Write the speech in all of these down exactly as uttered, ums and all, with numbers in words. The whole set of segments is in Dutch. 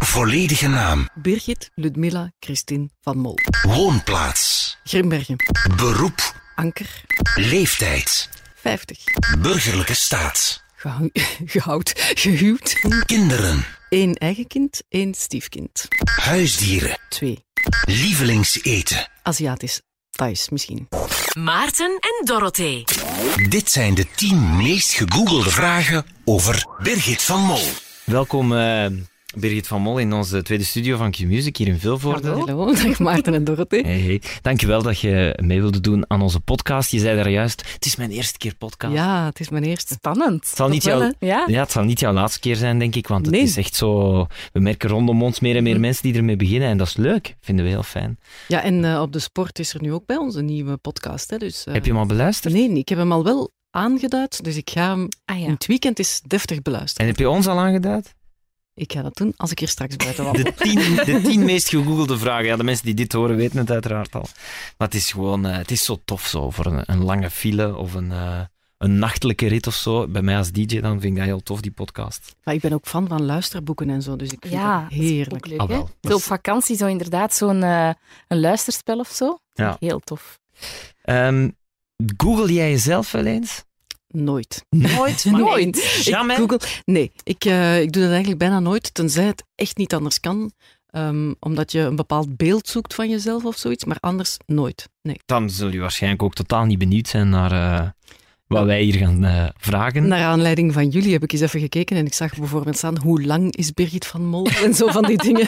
Volledige naam. Birgit Ludmilla Christine van Mol. Woonplaats. Grimbergen. Beroep. Anker. Leeftijd. vijftig. Burgerlijke staat. Gehu- gehoud. Gehuwd. Kinderen. Eén eigen kind, één stiefkind. Huisdieren. Twee. Lievelingseten. Aziatisch. Thais misschien. Maarten en Dorothee. Dit zijn de tien meest gegoogelde vragen over Birgit van Mol. Welkom uh, Birgit van Mol in onze tweede studio van Q-Music hier in Vilvoorde. Hallo, dag Maarten en Dorothee. Hey, hey. Dankjewel dat je mee wilde doen aan onze podcast. Je zei daar juist, het is mijn eerste keer podcast. Ja, het is mijn eerste. Spannend. Het zal, niet wel, jouw, Ja. ja, het zal niet jouw laatste keer zijn, denk ik, want het Nee. is echt zo... We merken rondom ons meer en meer Hm. mensen die ermee beginnen en dat is leuk. Vinden we heel fijn. Ja, en uh, op de sport is er nu ook bij ons een nieuwe podcast. Hè, dus, uh, Heb je hem al beluisterd? Nee, ik heb hem al wel aangeduid, dus ik ga hem Ah in ja. het weekend eens deftig En beluisteren. heb je ons al aangeduid? Ik ga dat doen als ik hier straks buiten wandel. De tien, de tien meest gegoogelde vragen. Ja, de mensen die dit horen weten het uiteraard al. Maar het is gewoon... Uh, het is zo tof zo, voor een, een lange file of een... Uh, een nachtelijke rit of zo. Bij mij als D J dan vind ik dat heel tof, die podcast. Maar ik ben ook fan van luisterboeken en zo, dus ik vind Ja, dat dat is heerlijk. ook leuk, Ah, hè? wel. Zo op vakantie zo inderdaad zo'n uh, een luisterspel of zo. Ja. Heel tof. Um, Google jij jezelf wel eens? Nooit. Nooit, nooit. Ik Jamais? Google, nee, ik, uh, ik doe dat eigenlijk bijna nooit, tenzij het echt niet anders kan. Um, omdat je een bepaald beeld zoekt van jezelf of zoiets, maar anders nooit. Nee. Dan zul je waarschijnlijk ook totaal niet benieuwd zijn naar uh, wat wij hier gaan uh, vragen. Naar aanleiding van jullie heb ik eens even gekeken en ik zag bijvoorbeeld staan, hoe lang is Birgit van Mol en zo van die dingen.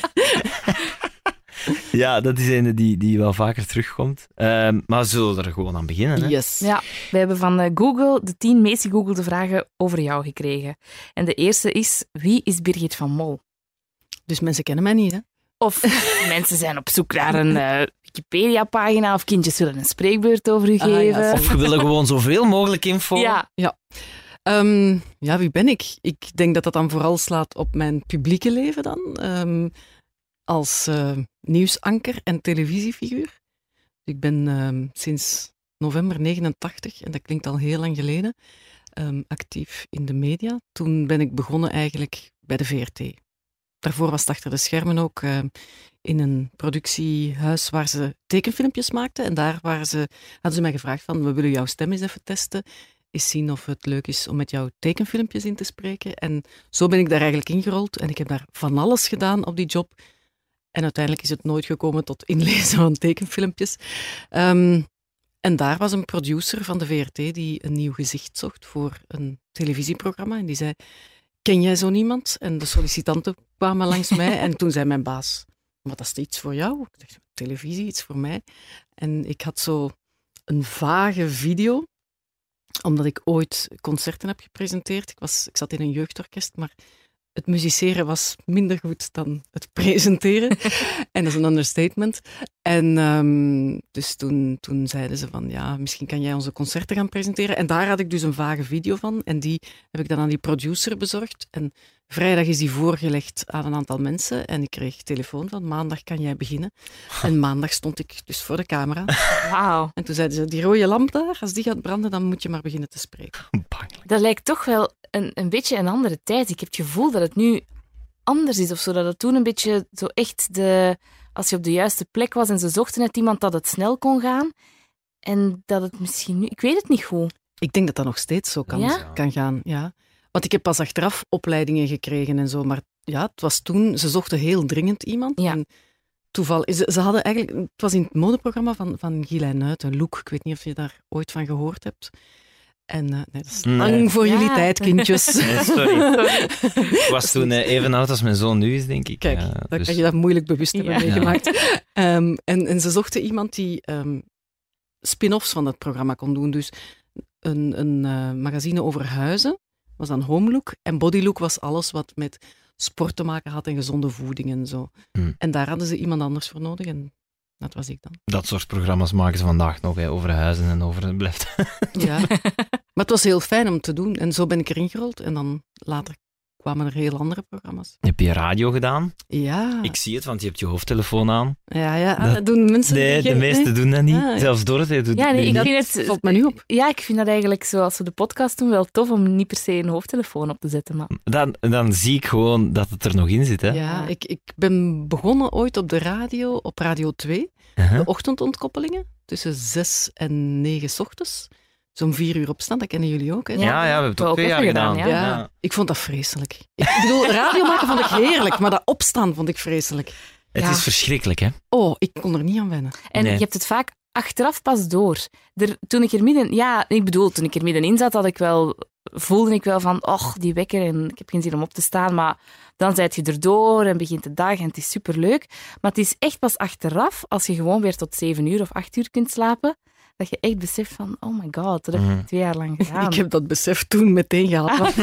Ja, dat is een die, die wel vaker terugkomt. Uh, maar we zullen er gewoon aan beginnen. Hè? Yes. Ja, we hebben van uh, Google de tien meest gegoogelde vragen over jou gekregen. En de eerste is, wie is Birgit van Mol? Dus mensen kennen mij niet, hè? Of mensen zijn op zoek naar een uh, Wikipedia-pagina of kindjes willen een spreekbeurt over u Ah, ja, geven. sorry. Of we willen gewoon zoveel mogelijk info. Ja, Um, ja, wie ben ik? Ik denk dat dat dan vooral slaat op mijn publieke leven dan. Um, als uh, nieuwsanker en televisiefiguur. Ik ben um, sinds november negenentachtig, en dat klinkt al heel lang geleden, um, actief in de media. Toen ben ik begonnen eigenlijk bij de V R T. Daarvoor was het achter de schermen ook uh, in een productiehuis waar ze tekenfilmpjes maakten. En daar waren ze, hadden ze mij gevraagd van, we willen jouw stem eens even testen. Eens zien of het leuk is om met jou tekenfilmpjes in te spreken. En zo ben ik daar eigenlijk ingerold. En ik heb daar van alles gedaan op die job. En uiteindelijk is het nooit gekomen tot inlezen van tekenfilmpjes. Um, en daar was een producer van de V R T die een nieuw gezicht zocht voor een televisieprogramma. En die zei, ken jij zo iemand? En de sollicitanten kwamen langs mij. En toen zei mijn baas, wat is iets voor jou? Ik dacht, televisie, iets voor mij. En ik had zo een vage video, omdat ik ooit concerten heb gepresenteerd. Ik, was, ik zat in een jeugdorkest, maar het musiceren was minder goed dan het presenteren. En dat is een understatement. En um, dus toen, toen zeiden ze van, ja, misschien kan jij onze concerten gaan presenteren. En daar had ik dus een vage video van. En die heb ik dan aan die producer bezorgd. En vrijdag is die voorgelegd aan een aantal mensen. En ik kreeg telefoon van, maandag kan jij beginnen. En maandag stond ik dus voor de camera. wauw. En toen zeiden ze, die rode lamp daar, als die gaat branden, dan moet je maar beginnen te spreken. Dat lijkt toch wel een, een beetje een andere tijd. Ik heb het gevoel dat het nu anders is of zo. Dat het toen een beetje zo echt de... Als je op de juiste plek was en ze zochten net iemand dat het snel kon gaan. En dat het misschien nu... Ik weet het niet goed. Ik denk dat dat nog steeds zo kan, Ja? kan gaan, ja. Want ik heb pas achteraf opleidingen gekregen en zo. Maar ja, het was toen... Ze zochten heel dringend iemand. Ja. En toeval... Ze, ze hadden eigenlijk... Het was in het modeprogramma van, van Guylaine Nuiten, Look. Ik weet niet of je daar ooit van gehoord hebt. En uh, nee, dat is Nee. lang voor Ja. jullie tijd, kindjes. Nee, sorry. Ik was toen uh, even oud als mijn zoon nu is, denk ik. Kijk, Ja, dan dus- kan je dat moeilijk bewust hebben Ja. meegemaakt. Um, en, en ze zochten iemand die um, spin-offs van dat programma kon doen. Dus een, een uh, magazine over huizen was dan Home Look. En Body Look was alles wat met sport te maken had en gezonde voeding en zo. Hmm. En daar hadden ze iemand anders voor nodig en dat was ik dan. Dat soort programma's maken ze vandaag nog, hè, over huizen en over het blijft. Ja. Maar het was heel fijn om te doen. En zo ben ik erin gerold. En dan later kwamen er heel andere programma's. Heb je radio gedaan? Ja, Ik zie het, want je hebt je hoofdtelefoon aan. ja, ja Dat- dat doen mensen... Nee, geen- de meesten nee. doen dat niet. Ah, ja. Zelfs Dorothee doet Ja, nee, het ik niet. vind het... valt me nu op. Ja, ik vind dat eigenlijk, zoals we de podcast doen, wel tof om niet per se een hoofdtelefoon op te zetten. Maar... Dan, dan zie ik gewoon dat het er nog in zit. Hè? Ja, ik, ik ben begonnen ooit op de radio, op Radio twee, Uh-huh. de ochtendontkoppelingen, tussen zes en negen 's ochtends. Zo'n vier uur opstaan, dat kennen jullie ook. Hè? Ja, ja, we hebben het Wel ook twee ook jaar even gedaan. gedaan, Ja, Ja. ik vond dat vreselijk. Ik bedoel, radio maken vond ik heerlijk, maar dat opstaan vond ik vreselijk. Het Ja. is verschrikkelijk, hè? Oh, ik kon er niet aan wennen. En Nee. je hebt het vaak achteraf pas door. Er, toen ik er midden... Ja, ik bedoel, toen ik er middenin zat, had ik wel, voelde ik wel van, och, die wekker en ik heb geen zin om op te staan. Maar dan zijt je erdoor en begint de dag en het is superleuk. Maar het is echt pas achteraf, als je gewoon weer tot zeven uur of acht uur kunt slapen, dat je echt beseft van, oh my god, dat heb Mhm. ik twee jaar lang gedaan. Ik heb dat besef toen meteen gehad. want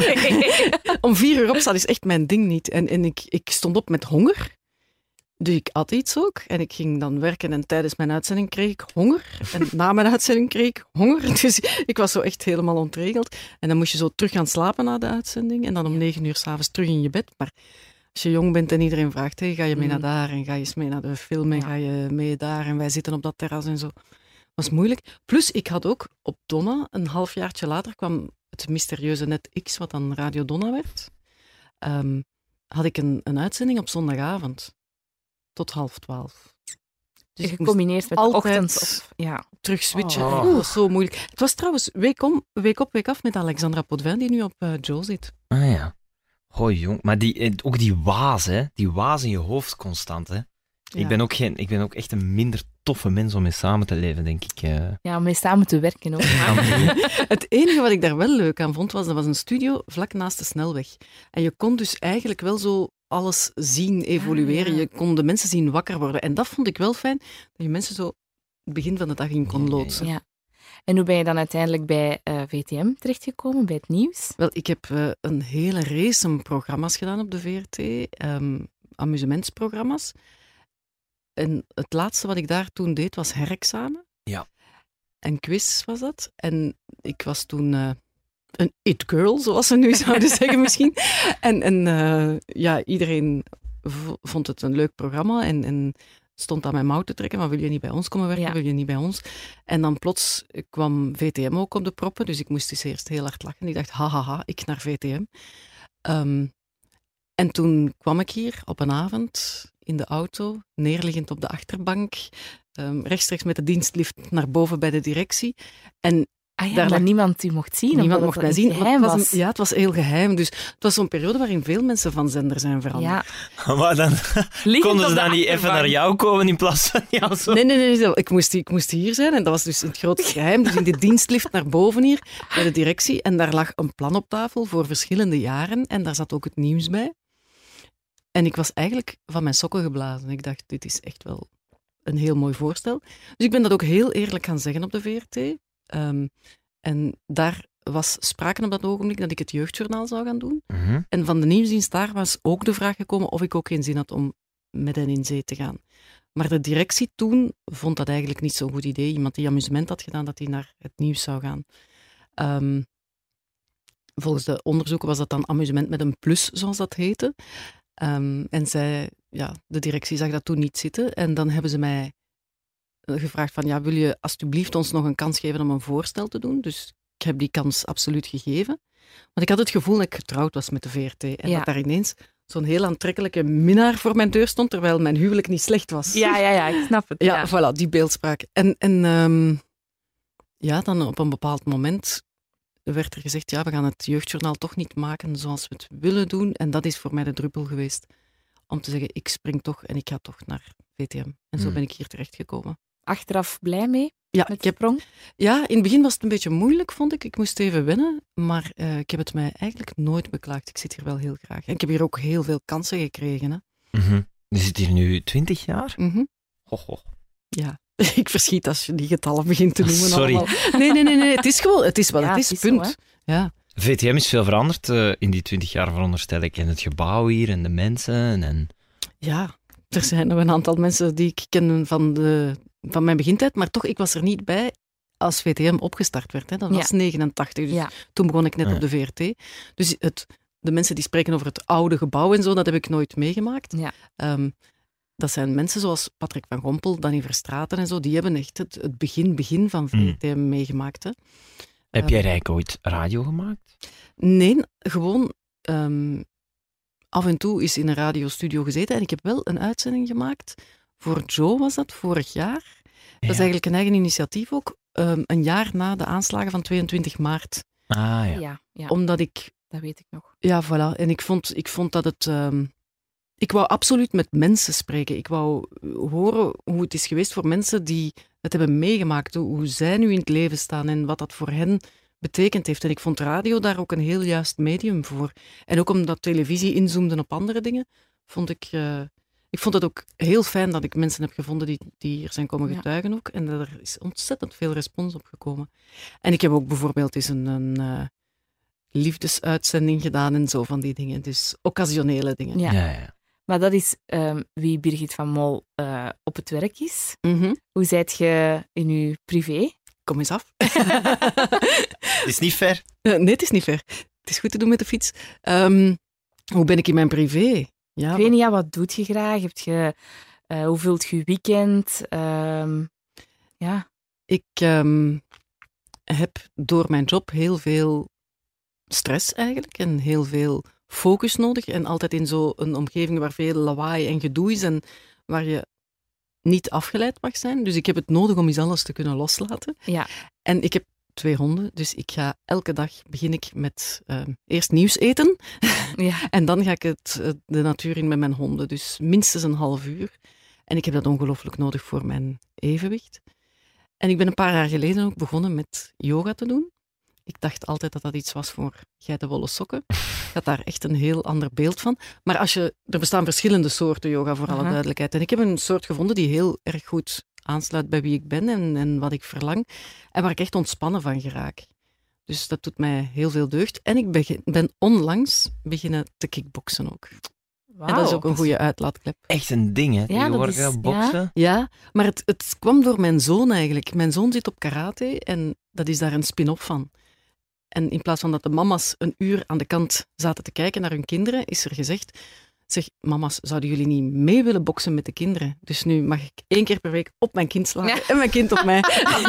om vier uur opstaan is echt mijn ding niet. En, en ik, ik stond op met honger. Dus ik at iets ook. En ik ging dan werken en tijdens mijn uitzending kreeg ik honger. En na mijn uitzending kreeg ik honger. Dus ik was zo echt helemaal ontregeld. En dan moest je zo terug gaan slapen na de uitzending. En dan om negen uur 's avonds terug in je bed. Maar als je jong bent en iedereen vraagt, hey, ga je mee Mm. naar daar? En ga je eens mee naar de film? En Ja. ga je mee daar? En wij zitten op dat terras en zo. Was moeilijk. Plus, ik had ook op Donna, een halfjaartje later, kwam het mysterieuze Net X, wat dan Radio Donna werd. Ehm, had ik een, een uitzending op zondagavond. Tot half twaalf. Dus ik moest Gecombineerd met de altijd- ochtend. Of, ja. terug switchen. Oh. Dat was zo moeilijk. Het was trouwens week, om, week op, week af met Alexandra Potvin, die nu op uh, Joe zit. Ah ja. Hoi, jong. Maar die, eh, ook die waas, hè? Die waas in je hoofd constant, hè? Ja. Ik, ben ook geen, ik ben ook echt een minder toffe mens om mee samen te leven, denk ik. eh. ja, om mee samen te werken ook. Het enige wat ik daar wel leuk aan vond, was dat was een studio vlak naast de snelweg. En je kon dus eigenlijk wel zo alles zien evolueren. Ah, ja. Je kon de mensen zien wakker worden. En dat vond ik wel fijn, dat je mensen zo het begin van de dag in kon Ja, ja, ja. loodsen. Ja. En hoe ben je dan uiteindelijk bij eh, V T M terechtgekomen, bij het nieuws? Wel, ik heb eh, een hele race aan programma's gedaan op de V R T, ehm, amusementsprogramma's. En het laatste wat ik daar toen deed was herexamen. Ja. En quiz was dat. En ik was toen eh, een it girl, zoals ze nu zouden zeggen misschien. En, en eh, ja, iedereen v- vond het een leuk programma en, en stond aan mijn mouw te trekken, maar wil je niet bij ons komen werken, Ja. wil je niet bij ons? En dan plots kwam V T M ook op de proppen, dus ik moest dus eerst heel hard lachen. Ik dacht, hahaha, ik naar V T M. Ehm, en toen kwam ik hier op een avond in de auto, neerliggend op de achterbank, ehm, rechtstreeks met de dienstlift naar boven bij de directie. En Ah ja, Daar maar lag- niemand u mocht zien. niemand omdat mocht het mij een zien. want geheim het was was. een- ja, het was heel geheim. Dus het was zo'n periode waarin veel mensen van zender zijn veranderd. Ja, Maar dan liggend konden op ze de dan niet even achterbank. naar jou komen in plaats van jou zo? Nee, nee, nee. nee. Ik, moest, ik moest hier zijn en dat was dus in het grote geheim. Dus in de dienstlift naar boven hier, bij de directie. En daar lag een plan op tafel voor verschillende jaren. En daar zat ook het nieuws bij. En ik was eigenlijk van mijn sokken geblazen. Ik dacht, dit is echt wel een heel mooi voorstel. Dus ik ben dat ook heel eerlijk gaan zeggen op de V R T. Ehm, en daar was sprake op dat ogenblik dat ik het jeugdjournaal zou gaan doen. Mhm. En van de nieuwsdienst daar was ook de vraag gekomen of ik ook geen zin had om met hen in zee te gaan. Maar de directie toen vond dat eigenlijk niet zo'n goed idee. Iemand die amusement had gedaan, dat hij naar het nieuws zou gaan. Ehm, volgens de onderzoeken was dat dan amusement met een plus, zoals dat heette. Ehm, en zij, ja, de directie zag dat toen niet zitten. En dan hebben ze mij gevraagd van, ja, wil je alsjeblieft ons nog een kans geven om een voorstel te doen? Dus ik heb die kans absoluut gegeven. Want ik had het gevoel dat ik getrouwd was met de V R T. En Ja. dat daar ineens zo'n heel aantrekkelijke minnaar voor mijn deur stond, terwijl mijn huwelijk niet slecht was. Ja, ja, ja, ik snap het. Ja, Ja. voilà, die beeldspraak. En, en ehm, ja, dan op een bepaald moment werd er gezegd, ja, we gaan het jeugdjournaal toch niet maken zoals we het willen doen. En dat is voor mij de druppel geweest om te zeggen, ik spring toch en ik ga toch naar V T M. En zo Hmm. ben ik hier terechtgekomen. Achteraf blij mee Ja, met ik de heb, sprong? ja, in het begin was het een beetje moeilijk, vond ik. Ik moest even wennen, maar eh, ik heb het mij eigenlijk nooit beklaagd. Ik zit hier wel heel graag. En ik heb hier ook heel veel kansen gekregen. Hè. Mhm. Je zit hier nu twintig jaar? Mhm. Ho, ho. Ja, ik verschiet als je die getallen begint te noemen. Sorry. allemaal. Nee, nee, nee, nee, het is gewoon, het is wat Ja, het is, het is zo, punt. hè. Ja. V T M is veel veranderd eh, in die twintig jaar, veronderstel ik. En het gebouw hier en de mensen. En... ja, er zijn nog een aantal mensen die ik ken van, de, van mijn begintijd, maar toch, ik was er niet bij als V T M opgestart werd. Hè. Dat was Ja. negenentachtig, dus Ja. toen begon ik net Ja. op de V R T. Dus het de mensen die spreken over het oude gebouw en zo, dat heb ik nooit meegemaakt. Ja. Um, dat zijn mensen zoals Patrick van Gompel, Danny Verstraeten en zo, die hebben echt het, het begin, begin van V T M mm. meegemaakt. Hè. Heb um, jij eigenlijk ooit radio gemaakt? Nee, gewoon um, af en toe is in een radiostudio gezeten en ik heb wel een uitzending gemaakt. Voor Joe was dat, vorig jaar. Dat ja. is eigenlijk een eigen initiatief ook. Um, een jaar na de aanslagen van tweeëntwintig maart. Ah ja. ja, ja. Omdat ik... Dat weet ik nog. Ja, voilà. En ik vond, ik vond dat het... Um, ik wou absoluut met mensen spreken. Ik wou horen hoe het is geweest voor mensen die het hebben meegemaakt. Hoe, hoe zij nu in het leven staan en wat dat voor hen betekend heeft. En ik vond radio daar ook een heel juist medium voor. En ook omdat televisie inzoomde op andere dingen, vond ik... Uh, ik vond het ook heel fijn dat ik mensen heb gevonden die, die hier zijn komen getuigen ja. ook. En er is ontzettend veel respons op gekomen. En ik heb ook bijvoorbeeld eens een, een uh, liefdesuitzending gedaan en zo van die dingen. Dus occasionele dingen. Ja. Ja, ja. Maar dat is um, wie Birgit van Mol uh, op het werk is. Mm-hmm. Hoe zijt je in je privé? Kom eens af. Het is niet ver. Uh, nee, het is niet ver. Het is goed te doen met de fiets. Um, hoe ben ik in mijn privé? Ja, ik weet niet, ja, wat doet je graag? Heb je, uh, hoe vult je weekend? Um, ja. Ik um, heb door mijn job heel veel stress eigenlijk en heel veel focus nodig. En altijd in zo'n omgeving waar veel lawaai en gedoe is en waar je niet afgeleid mag zijn. Dus ik heb het nodig om eens alles te kunnen loslaten. Ja. En ik heb twee honden, dus ik ga elke dag begin ik met uh, eerst nieuws eten. Ja. En dan ga ik het, de natuur in met mijn honden. Dus minstens een half uur. En ik heb dat ongelooflijk nodig voor mijn evenwicht. En ik ben een paar jaar geleden ook begonnen met yoga te doen. Ik dacht altijd dat dat iets was voor geitenwolle sokken. Ik had daar echt een heel ander beeld van. Maar als je, er bestaan verschillende soorten yoga, voor alle uh-huh. duidelijkheid. En ik heb een soort gevonden die heel erg goed aansluit bij wie ik ben en, en wat ik verlang. En waar ik echt ontspannen van geraak. Dus dat doet mij heel veel deugd. En ik begin, ben onlangs beginnen te kickboksen ook. Wow, en dat is ook een goede uitlaatklep. Echt een ding, hè? Ja, dat is, boksen. Ja, ja maar het, het kwam door mijn zoon eigenlijk. Mijn zoon zit op karate en dat is daar een spin-off van. En in plaats van dat de mama's een uur aan de kant zaten te kijken naar hun kinderen, is er gezegd, zeg, mama's, zouden jullie niet mee willen boksen met de kinderen? Dus nu mag ik één keer per week op mijn kind slagen ja. en mijn kind op mij.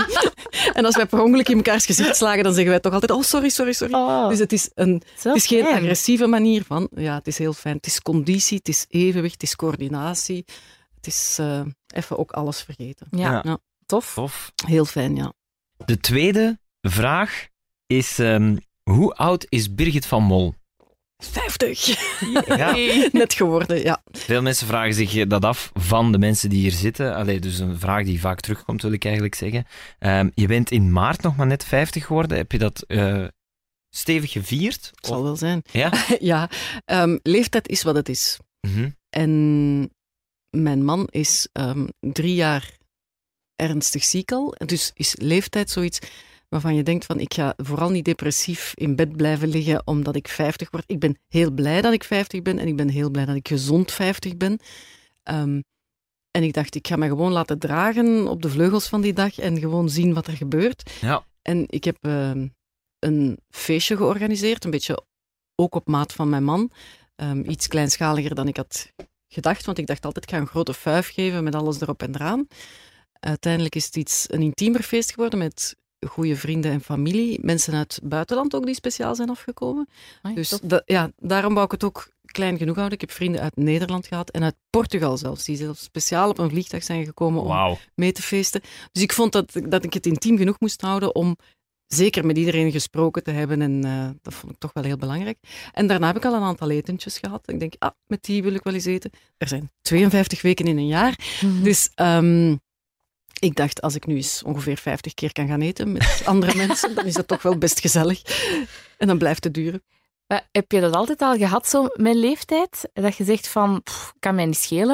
En als wij per ongeluk in mekaars gezicht slagen, dan zeggen wij toch altijd, oh, sorry, sorry, sorry. Oh, dus het is, een, het is geen fijn. agressieve manier van, ja, het is heel fijn. Het is conditie, het is evenwicht, het is coördinatie. Het is uh, even ook alles vergeten. Ja, ja. ja. Tof. Tof. Heel fijn, ja. De tweede vraag is, um, hoe oud is Birgit van Mol? vijftig. Ja. Net geworden, ja. Veel mensen vragen zich dat af van de mensen die hier zitten. Allee, dus een vraag die vaak terugkomt, wil ik eigenlijk zeggen. Um, je bent in maart nog maar net vijftig geworden. Heb je dat uh, stevig gevierd? Het zal wel zijn. Ja? ja, um, leeftijd is wat het is. Mm-hmm. En mijn man is um, drie jaar ernstig ziek al. Dus is leeftijd zoiets waarvan je denkt van, ik ga vooral niet depressief in bed blijven liggen omdat ik vijftig word. Ik ben heel blij dat ik vijftig ben en ik ben heel blij dat ik gezond vijftig ben. Um, en ik dacht, ik ga me gewoon laten dragen op de vleugels van die dag en gewoon zien wat er gebeurt. Ja. En ik heb uh, een feestje georganiseerd, een beetje ook op maat van mijn man. Um, iets kleinschaliger dan ik had gedacht, want ik dacht altijd, ik ga een grote fuif geven met alles erop en eraan. Uiteindelijk is het iets, een intiemer feest geworden met goede vrienden en familie. Mensen uit het buitenland ook die speciaal zijn afgekomen. Ai, dus da, ja, daarom wou ik het ook klein genoeg houden. Ik heb vrienden uit Nederland gehad en uit Portugal zelfs, die zelfs speciaal op een vliegtuig zijn gekomen om wow. mee te feesten. Dus ik vond dat, dat ik het intiem genoeg moest houden om zeker met iedereen gesproken te hebben en uh, dat vond ik toch wel heel belangrijk. En daarna heb ik al een aantal etentjes gehad. Ik denk, ah, met die wil ik wel eens eten. Er zijn tweeënvijftig weken in een jaar. Mm-hmm. Dus um, ik dacht, als ik nu eens ongeveer vijftig keer kan gaan eten met andere mensen, dan is dat toch wel best gezellig. En dan blijft het duren. Maar heb je dat altijd al gehad, zo met leeftijd? Dat je zegt van, pff, kan mij niet schelen?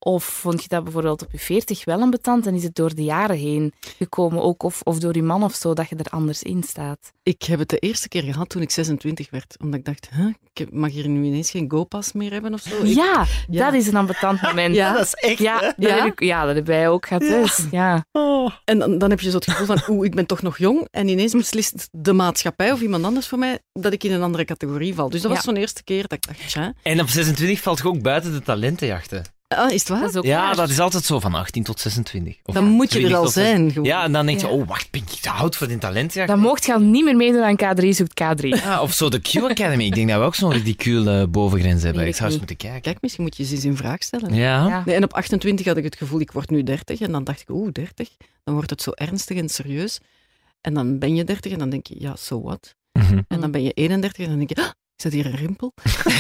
Of vond je dat bijvoorbeeld op je veertig wel ambetant en is het door de jaren heen gekomen ook? Of, of door je man of zo, dat je er anders in staat? Ik heb het de eerste keer gehad toen ik zesentwintig werd. Omdat ik dacht, huh, ik mag hier nu ineens geen go-pas meer hebben of zo. Ik- Ja, ja. dat is een ambetant moment. Ja. Dat is echt, Ja, hè? dat, Ja? Heb ik, ja, dat hebben wij ook gehad. Ja. Dus, ja. Oh. En dan, dan heb je zo het gevoel van, oeh, ik ben toch nog jong. En ineens beslist de maatschappij of iemand anders voor mij dat ik in een andere categorie val. Dus dat was Ja. zo'n eerste keer dat ik dacht, tja. En op zesentwintig valt je ook buiten de talentenjachten. Ah, is het waar? Dat is ook Ja, waar. dat is altijd zo van achttien tot zesentwintig. Of Dan moet je er twintig al tot zesentwintig. zijn. Gewoon. Ja, en dan denk je, Ja. oh, wacht, ben ik te oud voor die talentenjacht? Dan mocht je al niet meer meedoen aan K drie zoekt K drie. Ja, of zo de Q Academy. Ik denk dat we ook zo'n ridicule bovengrens hebben. Weet Ik zou eens ik moeten kijken. Kijk, misschien moet je ze eens in vraag stellen. Ja. Ja. Nee, en op achtentwintig had ik het gevoel, ik word nu dertig. En dan dacht ik, oeh, dertig. Dan wordt het zo ernstig en serieus. En dan ben je dertig en dan denk je, ja, so what? Mhm. En dan ben je eenendertig en dan denk je, ah, zit hier een rimpel?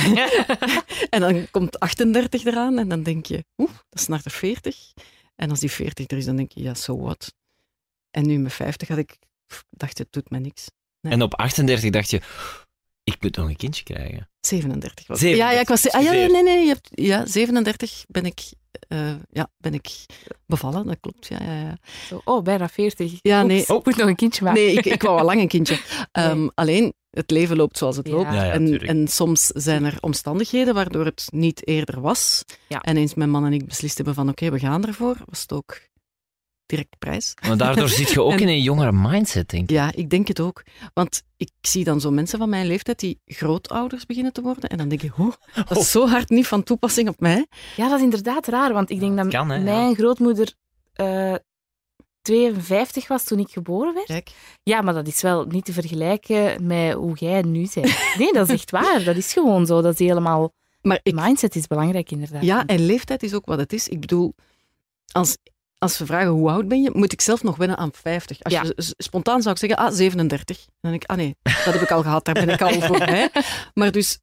En dan komt achtendertig eraan en dan denk je, oeh, dat is naar de veertig. En als die veertig er is, dan denk je, ja, so what? En nu met vijftig had ik, pff, dacht, het doet me niks. En op achtendertig dacht je, ik moet nog een kindje krijgen. zevenendertig was zevenendertig, Ja, ja, ik was... Ah, ja, excuseer. nee, nee, je hebt, ja, zevenendertig ben ik, eh, ja, ben ik bevallen, dat klopt, ja, ja, ja. Zo, oh, bijna veertig. Ja, nee. Oeps, ik moet nog een kindje maken. Nee, ik, ik wou al lang een kindje. Ehm, Nee. Alleen, het leven loopt zoals het Ja. loopt. Ja, ja, en, tuurlijk. en soms zijn er omstandigheden waardoor het niet eerder was. Ja. En eens mijn man en ik beslist hebben van oké, we gaan ervoor, was het ook direct prijs. Maar daardoor zit je ook En- in een jongere mindset, denk ik. Ja, ik denk het ook. Want ik zie dan zo mensen van mijn leeftijd die grootouders beginnen te worden. En dan denk ik, oh, dat is zo hard niet van toepassing op mij. Ja, dat is inderdaad raar, want ik denk dat kan, hè, ja. mijn grootmoeder eh, tweeënvijftig was toen ik geboren werd. Kijk, Ja, maar dat is wel niet te vergelijken met hoe jij nu bent. Nee, dat is echt waar. Dat is gewoon zo. Dat is helemaal... maar ik, Mindset is belangrijk, inderdaad. ja, en leeftijd is ook wat het is. Ik bedoel, als, als we vragen hoe oud ben je, moet ik zelf nog wennen aan vijftig. Als Ja. je s- spontaan zou ik zeggen, ah, zevenendertig. Dan denk ik, ah nee, dat heb ik al gehad, daar ben ik al voorbij. Maar dus,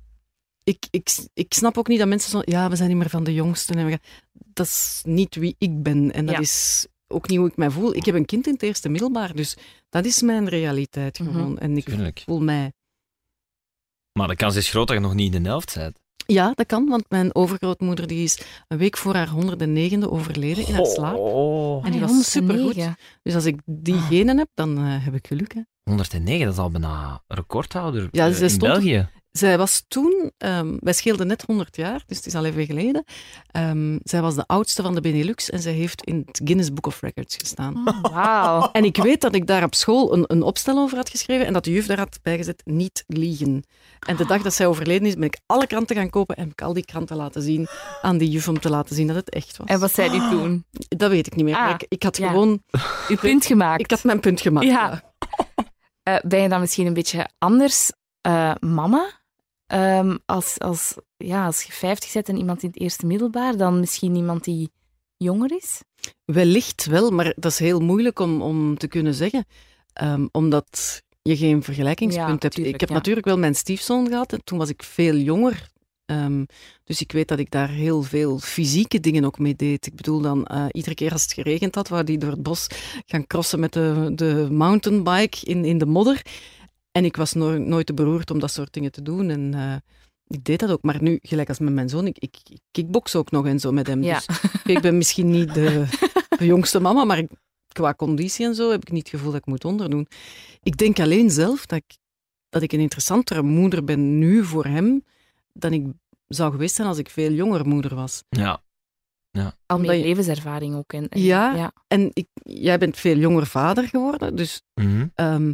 ik, ik, ik snap ook niet dat mensen zo, ja, we zijn niet meer van de jongsten. En we gaan, dat is niet wie ik ben. En dat Ja. is ook niet hoe ik mij voel. Ik heb een kind in het eerste middelbaar, dus dat is mijn realiteit Mhm. gewoon. En ik Tuurlijk. voel mij... Maar de kans is groot dat je nog niet in de helft bent. Ja, dat kan, want mijn overgrootmoeder die is een week voor haar honderdnegende overleden in haar slaap. Oh. En die Ah, was supergoed. honderdnegen. Dus als ik die genen heb, dan eh, heb ik geluk. Hè. honderdnegen, dat is al bijna recordhouder Ja, eh, zij in stond- België. Zij was toen, ehm, wij scheelden net honderd jaar, dus het is al even geleden. Ehm, zij was de oudste van de Benelux en zij heeft in het Guinness Book of Records gestaan. Oh, wauw. En ik weet dat ik daar op school een, een opstel over had geschreven en dat de juf daar had bijgezet, niet liegen. En de dag dat zij overleden is, ben ik alle kranten gaan kopen en heb ik al die kranten laten zien aan die juf om te laten zien dat het echt was. En wat zei die toen? Dat weet ik niet meer. Ah, maar ik, ik had ja. gewoon... Uw punt gemaakt. Ik had mijn punt gemaakt. Ja. Ja. Eh, ben je dan misschien een beetje anders eh, mama? Ehm, als, als, ja, als je vijftig bent en iemand in het eerste middelbaar, dan misschien iemand die jonger is? Wellicht wel, maar dat is heel moeilijk om, om te kunnen zeggen. Ehm, omdat je geen vergelijkingspunt Ja, hebt. tuurlijk, ik heb ja. natuurlijk wel mijn stiefzoon gehad en toen was ik veel jonger. Ehm, dus ik weet dat ik daar heel veel fysieke dingen ook mee deed. Ik bedoel dan, eh, iedere keer als het geregend had, wou die door het bos gaan crossen met de, de mountainbike in, in de modder. En ik was no- nooit te beroerd om dat soort dingen te doen. En eh, ik deed dat ook. Maar nu, gelijk als met mijn zoon, ik, ik, ik kickbox ook nog en zo met hem. Ja. Dus ik ben misschien niet de, de jongste mama, maar ik, qua conditie en zo heb ik niet het gevoel dat ik moet onderdoen. Ik denk alleen zelf dat ik, dat ik een interessantere moeder ben nu voor hem dan ik zou geweest zijn als ik veel jonger moeder was. Ja. Al Omdat meer je- levenservaring ook. En, en- Ja. ja. En ik, jij bent veel jonger vader geworden, dus Mhm. Ehm,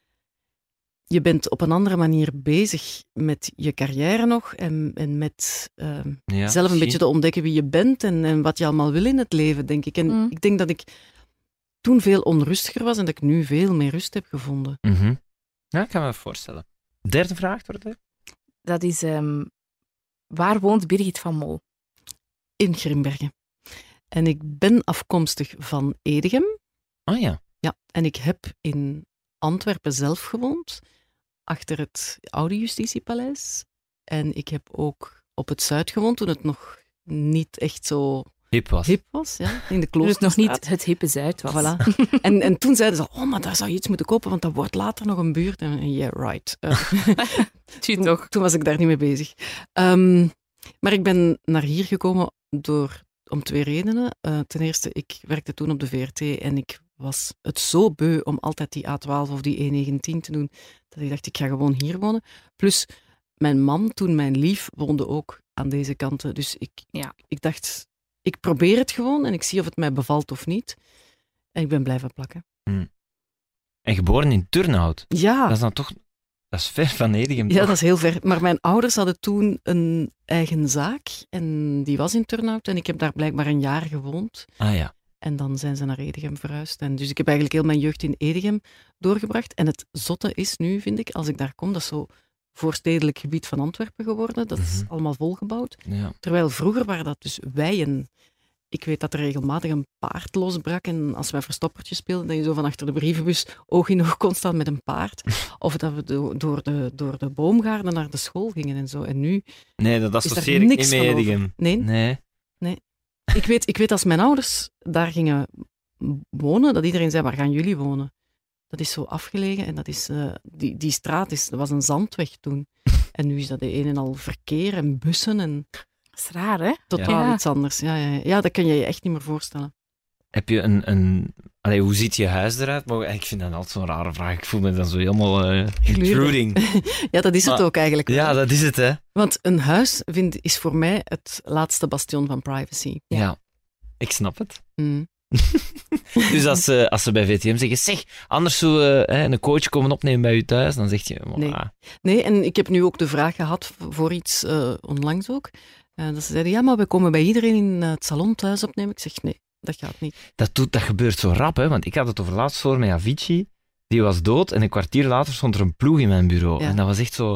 je bent op een andere manier bezig met je carrière nog en, en met ehm, Ja, zelf een misschien. beetje te ontdekken wie je bent en, en wat je allemaal wil in het leven, denk ik. En Mm. ik denk dat ik toen veel onrustiger was en dat ik nu veel meer rust heb gevonden. Mhm. Ja, ik kan me dat voorstellen. Derde vraag, Dorothee? Dat is... ehm, waar woont Birgit van Mol? In Grimbergen. En ik ben afkomstig van Edegem. Oh ja. Ja, en ik heb in Antwerpen zelf gewoond, achter het oude Justitiepaleis. En ik heb ook op het Zuid gewoond, toen het nog niet echt zo Hip was. hip was, ja, in de Dus het nog Kloosterstraat. niet het hippe Zuid was. Voilà. En, en toen zeiden ze, oh, maar daar zou je iets moeten kopen, want dat wordt later nog een buurt. En yeah, right. Uh, Tjie, toen, toch. toen was ik daar niet mee bezig. Ehm, maar ik ben naar hier gekomen door om twee redenen. Uh, ten eerste, ik werkte toen op de V R T en ik was het zo beu om altijd die A twaalf of die E negentien te doen, dat ik dacht, ik ga gewoon hier wonen. Plus, mijn man, toen mijn lief, woonde ook aan deze kanten. Dus ik, Ja. ik dacht, ik probeer het gewoon en ik zie of het mij bevalt of niet. En ik ben blijven plakken. Hmm. En geboren in Turnhout. Ja. Dat is dan toch... Dat is ver van Edegem. Ja, toch? dat is heel ver. Maar mijn ouders hadden toen een eigen zaak en die was in Turnhout en ik heb daar blijkbaar een jaar gewoond. Ah ja. En dan zijn ze naar Edegem verhuisd. En dus ik heb eigenlijk heel mijn jeugd in Edegem doorgebracht. En het zotte is nu, vind ik, als ik daar kom, dat is zo voorstedelijk gebied van Antwerpen geworden. Dat is Mhm. allemaal volgebouwd. ja. Terwijl vroeger waren dat dus weien. Ik weet dat er regelmatig een paard losbrak en als wij verstoppertje speelden, dat je zo van achter de brievenbus oog in oog kon staan met een paard. Of dat we do- door, de, door de boomgaarden naar de school gingen en zo. En nu Nee, dat is associeer er ik niks niet met van over. Edegem. Nee, Nee. ik weet, ik weet als mijn ouders daar gingen wonen, dat iedereen zei, waar gaan jullie wonen? Dat is zo afgelegen en dat is, uh, die, die straat is, dat was een zandweg toen. En nu is dat de een en al verkeer en bussen en Dat is raar, hè? totaal Ja. iets anders. Ja, ja, ja. ja, dat kan je je echt niet meer voorstellen. Heb je een... een... Allee, hoe ziet je huis eruit? Maar ik vind dat altijd zo'n rare vraag. Ik voel me dan zo helemaal uh, intruding. Ja, dat is het Maar- ook eigenlijk wel. Ja, dat is het, hè. Want een huis vind, is voor mij het laatste bastion van privacy. Ja. Ik snap het. Mm. Dus als ze, als ze bij V T M zeggen, zeg, anders zou uh, een coach komen opnemen bij u thuis, dan zeg je... maar, Nee. ah, Nee, en ik heb nu ook de vraag gehad v- voor iets uh, onlangs ook. Uh, dat ze zeiden, ja, maar we komen bij iedereen in uh, het salon thuis opnemen. Ik zeg, nee, dat gaat niet. dat, doet, dat gebeurt zo rap, hè. Want ik had het over laatst voor met Avicii. Die was dood en een kwartier later stond er een ploeg in mijn bureau. Ja. En dat was echt zo...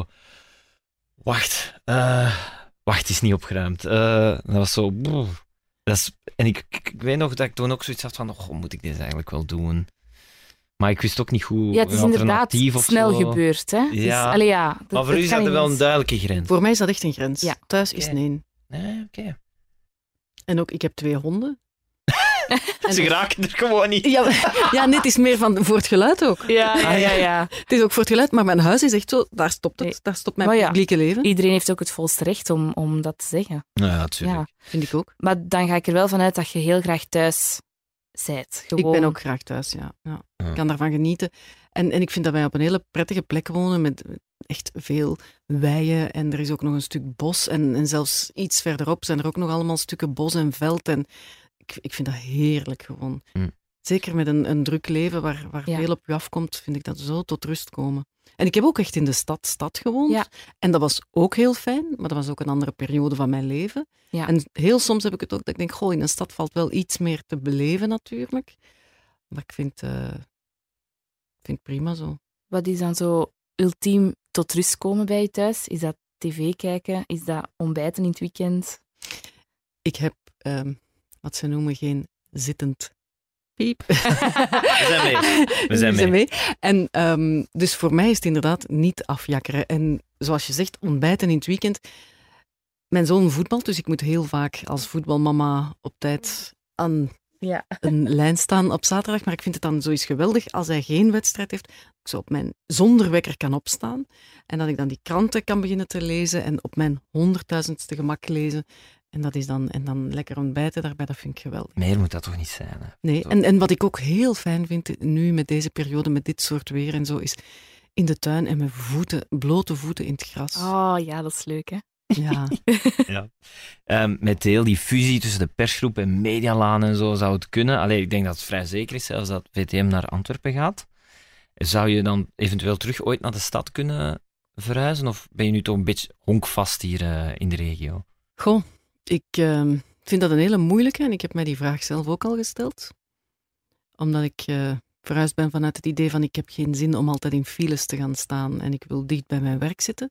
Wacht, uh, wacht, het is niet opgeruimd. Uh, dat was zo... brrr. Dat is, en ik, ik, ik weet nog dat ik toen ook zoiets had van, oh, moet ik dit eigenlijk wel doen? Maar ik wist ook niet hoe Ja, het is een inderdaad alternatief of snel zo. gebeurd, hè? Dus, Ja. allee, ja, dat, Maar voor u dat is kan dat wel niet. een duidelijke grens. Voor mij is dat echt een grens. Ja. Thuis is Oké. nee. Nee, oké. En ook, ik heb twee honden. En Ze dus- geraken er gewoon niet. Ja, ja, net is meer van, voor het geluid ook. Ja, ja, ja, ja. Het is ook voor het geluid, maar mijn huis is echt zo, daar stopt het. Nee. Daar stopt mijn Maar ja. publieke leven. Iedereen heeft ook het volste recht om, om dat te zeggen. Nou ja, natuurlijk. Ja. Vind ik ook. Maar dan ga ik er wel vanuit dat je heel graag thuis zijt. Gewoon. Ik ben ook graag thuis, ja. ja. Ja. Ik kan daarvan genieten. En, en ik vind dat wij op een hele prettige plek wonen met echt veel weien. En er is ook nog een stuk bos. En, en zelfs iets verderop zijn er ook nog allemaal stukken bos en veld. En ik, ik vind dat heerlijk gewoon. Hm. Zeker met een, een druk leven waar, waar Ja. veel op je afkomt, vind ik dat zo tot rust komen. En ik heb ook echt in de stad, stad gewoond. Ja. En dat was ook heel fijn, maar dat was ook een andere periode van mijn leven. Ja. En heel soms heb ik het ook dat ik denk, goh, in een stad valt wel iets meer te beleven natuurlijk. Maar ik vind, uh, vind het prima zo. Wat is dan zo ultiem tot rust komen bij je thuis? Is dat tv kijken? Is dat ontbijten in het weekend? Ik heb, um, wat ze noemen, geen zittend piep. We zijn mee. We zijn mee. mee. En um, dus voor mij is het inderdaad niet afjakkeren. En zoals je zegt, ontbijten in het weekend. Mijn zoon voetbalt, dus ik moet heel vaak als voetbalmama op tijd aan Ja. een lijn staan op zaterdag. Maar ik vind het dan zoiets geweldig als hij geen wedstrijd heeft, ik zo op mijn zonder wekker kan opstaan. En dat ik dan die kranten kan beginnen te lezen en op mijn honderdduizendste gemak lezen. En dat is dan, en dan lekker ontbijten daarbij, dat vind ik geweldig. Meer moet dat toch niet zijn, hè? Nee, Zo. en, en wat ik ook heel fijn vind nu met deze periode, met dit soort weer en zo, is in de tuin en mijn voeten, blote voeten in het gras. Oh ja, dat is leuk, hè? Ja. Ja. Um, met heel die fusie tussen de persgroep en Medialaan en zo zou het kunnen. Allee, ik denk dat het vrij zeker is, zelfs dat V T M naar Antwerpen gaat. Zou je dan eventueel terug ooit naar de stad kunnen verhuizen? Of ben je nu toch een beetje honkvast hier uh, in de regio? Goh, ik uh, vind dat een hele moeilijke en ik heb mij die vraag zelf ook al gesteld. Omdat ik uh, verhuisd ben vanuit het idee van ik heb geen zin om altijd in files te gaan staan en ik wil dicht bij mijn werk zitten.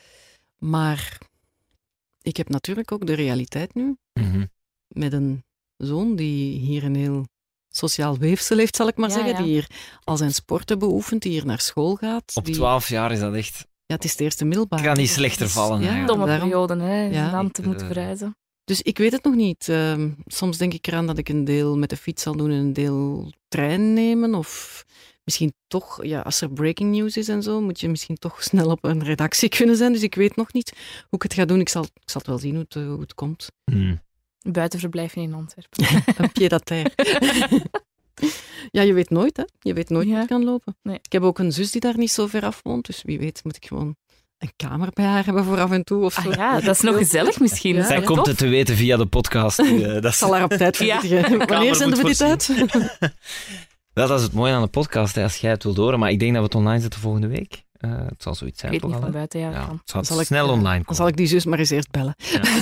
Maar ik heb natuurlijk ook de realiteit nu, Mm-hmm. met een zoon die hier een heel sociaal weefsel heeft, zal ik maar Ja, zeggen, ja. die hier al zijn sporten beoefent, die hier naar school gaat. Op die... twaalf jaar is dat echt... Ja, het is de eerste middelbare. Het kan niet slechter vallen, Ja, eigenlijk. Domme daarom. periode, hè? Ja. Dan te Ik, moeten uh, verhuizen. Dus ik weet het nog niet. Uh, soms denk ik eraan dat ik een deel met de fiets zal doen en een deel trein nemen. Of misschien toch, ja, als er breaking news is en zo, moet je misschien toch snel op een redactie kunnen zijn. Dus ik weet nog niet hoe ik het ga doen. Ik zal, ik zal het wel zien hoe het, uh, hoe het komt. Mm. Buitenverblijven in Antwerpen. Een pied-à-terre. Ja, je weet nooit, hè. Je weet nooit Ja. hoe het kan lopen. Nee. Ik heb ook een zus die daar niet zo ver af woont, dus wie weet moet ik gewoon een kamer bij haar hebben voor af en toe of zo. Ah ja, dat is nog gezellig misschien. Ja. Dat is Zij toch komt tof? het te weten via de podcast. Uh, dat, Ik is, zal haar op tijd Ja. verwittigen. Wanneer zenden we moet dit uit? Ja, dat is het mooie aan de podcast, hè, als jij het wil horen. Maar ik denk dat we het online zetten volgende week. Uh, het zal zoiets Ik zijn. weet niet toch van al, hè? buiten, ja, dat Ja, kan. het zal, Zal ik, snel eh, online Dan komen. zal ik die zus maar eens eerst bellen.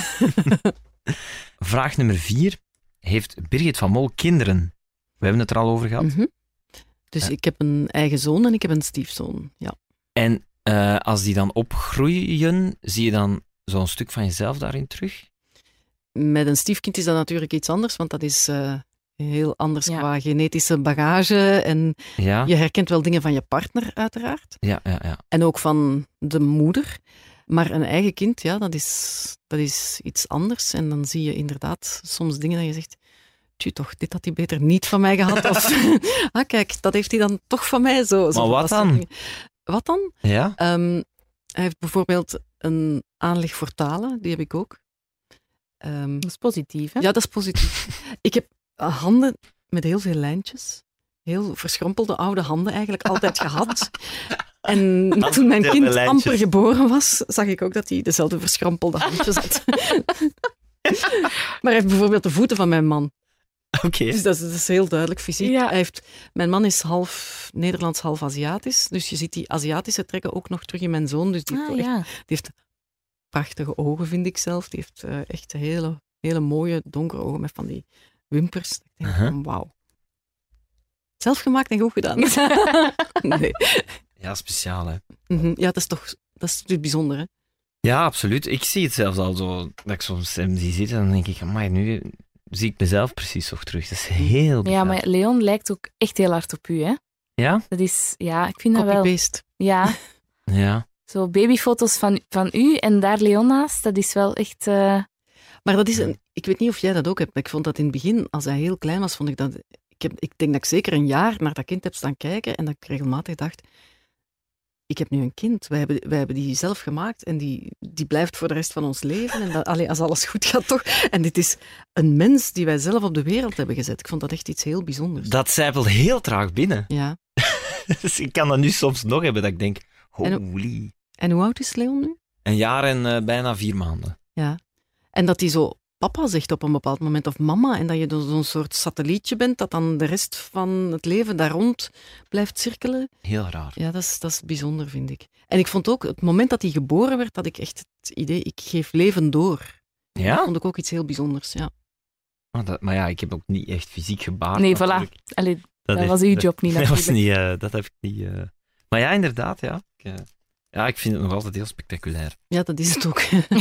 Vraag nummer vier. Heeft Birgit van Mol kinderen? We hebben het er al over gehad. Mhm. Dus Ja. ik heb een eigen zoon en ik heb een stiefzoon. Ja. En uh, als die dan opgroeien, zie je dan zo'n stuk van jezelf daarin terug? Met een stiefkind is dat natuurlijk iets anders, want dat is uh, heel anders Ja. qua genetische bagage. En Ja, je herkent wel dingen van je partner, uiteraard. ja, ja. ja. En ook van de moeder. Maar een eigen kind, ja, dat is, dat is iets anders. En dan zie je inderdaad soms dingen dat je zegt... Tju, toch, dit had hij beter niet van mij gehad. Of, ah, kijk, dat heeft hij dan toch van mij zo. zo Maar wat dat soort dan? dingen. Wat dan? Ja? Um, hij heeft bijvoorbeeld een aanleg voor talen, die heb ik ook. Um, Dat is positief, hè? ja, dat is positief. Ik heb handen met heel veel lijntjes. Heel verschrompelde oude handen eigenlijk altijd gehad. En toen mijn heel kind veel lijntjes. amper geboren was, zag ik ook dat hij dezelfde verschrompelde handjes had. Maar hij heeft bijvoorbeeld de voeten van mijn man. Oké. Dus dat is, dat is heel duidelijk fysiek. Ja. Hij heeft, mijn man is half Nederlands, half Aziatisch. Dus je ziet die Aziatische trekken ook nog terug in mijn zoon. Dus die, heeft, Ah, wel echt- ja. die heeft prachtige ogen, vind ik zelf. Die heeft uh, echt hele, hele mooie, donkere ogen met van die wimpers. Ik denk Uh-huh. van, wauw. Zelf gemaakt en goed gedaan. Nee. Ja, speciaal, hè. Mhm. Ja, dat is toch dat is natuurlijk bijzonder, hè? Ja, absoluut. Ik zie het zelfs al zo, dat ik soms hem zie zitten en dan denk ik, amai, nu zie ik mezelf precies toch terug. Dat is heel Ja, bizar. maar Leon lijkt ook echt heel hard op u, hè? Ja? Dat is, ja, ik vind dat wel. Copy-paste. Ja, Ja. zo babyfoto's van, van u en daar Leon naast, dat is wel echt... eh, Maar dat is een, ik weet niet of jij dat ook hebt, maar ik vond dat in het begin, als hij heel klein was, vond ik dat... Ik, heb, ik denk dat ik zeker een jaar naar dat kind heb staan kijken en dat ik regelmatig dacht, ik heb nu een kind, wij hebben, wij hebben die zelf gemaakt en die, die blijft voor de rest van ons leven. En dat, allee, als alles goed gaat toch. En dit is een mens die wij zelf op de wereld hebben gezet. Ik vond dat echt iets heel bijzonders. Dat zijpelt heel traag binnen. Ja. Dus ik kan dat nu soms nog hebben, dat ik denk, En holy. En hoe oud is Leon nu? Een jaar en uh, bijna vier maanden. Ja. En dat hij zo papa zegt op een bepaald moment, of mama, en dat je zo'n soort satellietje bent, dat dan de rest van het leven daar rond blijft cirkelen. Heel raar. Ja, dat is, dat is bijzonder, vind ik. En ik vond ook, het moment dat hij geboren werd, had ik echt het idee, ik geef leven door. Ja? Dat vond ik ook iets heel bijzonders, ja. Maar, dat, maar ja, ik heb ook niet echt fysiek gebaard. nee, natuurlijk. voilà. Allee, dat heeft- was uw job niet, Dat, was natuurlijk. niet, uh, dat heb ik niet... Uh... Maar ja, inderdaad, ja. Ik, uh, ja, ik vind het nog altijd heel spectaculair. Ja, dat is het ook.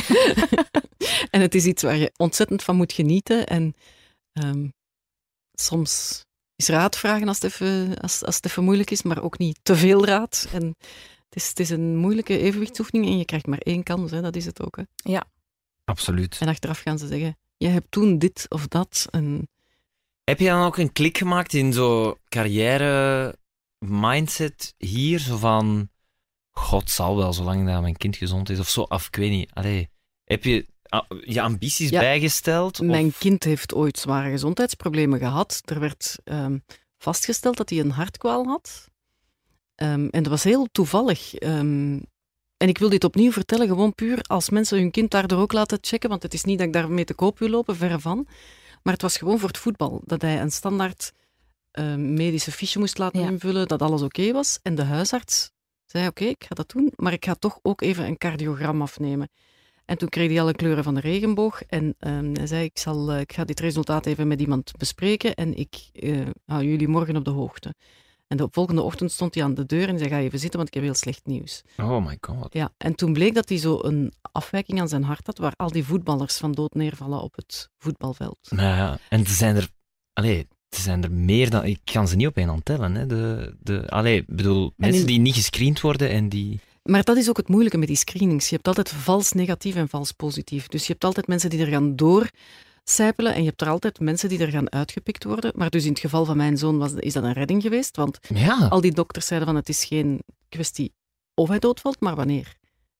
En het is iets waar je ontzettend van moet genieten. En um, soms is raad vragen als het, even, als, als het even moeilijk is, maar ook niet te veel raad. En het is, het is een moeilijke evenwichtsoefening en je krijgt maar één kans, hè, dat is het ook. Hè. Absoluut. En achteraf gaan ze zeggen, je hebt toen dit of dat. En Heb je dan ook een klik gemaakt in zo'n carrière mindset hier? Zo van, god zal wel, zolang dat mijn kind gezond is of zo. Of ik weet niet. Allee, heb je a- je ambities Ja, bijgesteld? mijn of... kind heeft ooit zware gezondheidsproblemen gehad. Er werd um, vastgesteld dat hij een hartkwaal had. Um, en dat was heel toevallig. Um, en ik wil dit opnieuw vertellen, gewoon puur als mensen hun kind daardoor ook laten checken, want het is niet dat ik daarmee te koop wil lopen, verre van. Maar het was gewoon voor het voetbal, dat hij een standaard uh, medische fiche moest laten Ja. invullen, dat alles oké was. En de huisarts zei, oké, ik ga dat doen, maar ik ga toch ook even een cardiogram afnemen. En toen kreeg hij alle kleuren van de regenboog en um, hij zei, ik, zal, uh, ik ga dit resultaat even met iemand bespreken en ik uh, hou jullie morgen op de hoogte. En de volgende ochtend stond hij aan de deur en zei, ga even zitten, want ik heb heel slecht nieuws. Oh my god. Ja, en toen bleek dat hij zo een afwijking aan zijn hart had, waar al die voetballers van dood neervallen op het voetbalveld. Nou ja, en er zijn er... Allee, er zijn er meer dan... Ik kan ze niet op één hand tellen, hè. De, de, allee, ik bedoel, mensen in- die niet gescreend worden en die... Maar dat is ook het moeilijke met die screenings. Je hebt altijd vals negatief en vals positief. Dus je hebt altijd mensen die er gaan doorcijpelen en je hebt er altijd mensen die er gaan uitgepikt worden. Maar dus in het geval van mijn zoon was, is dat een redding geweest, want Ja. al die dokters zeiden van het is geen kwestie of hij doodvalt, maar wanneer.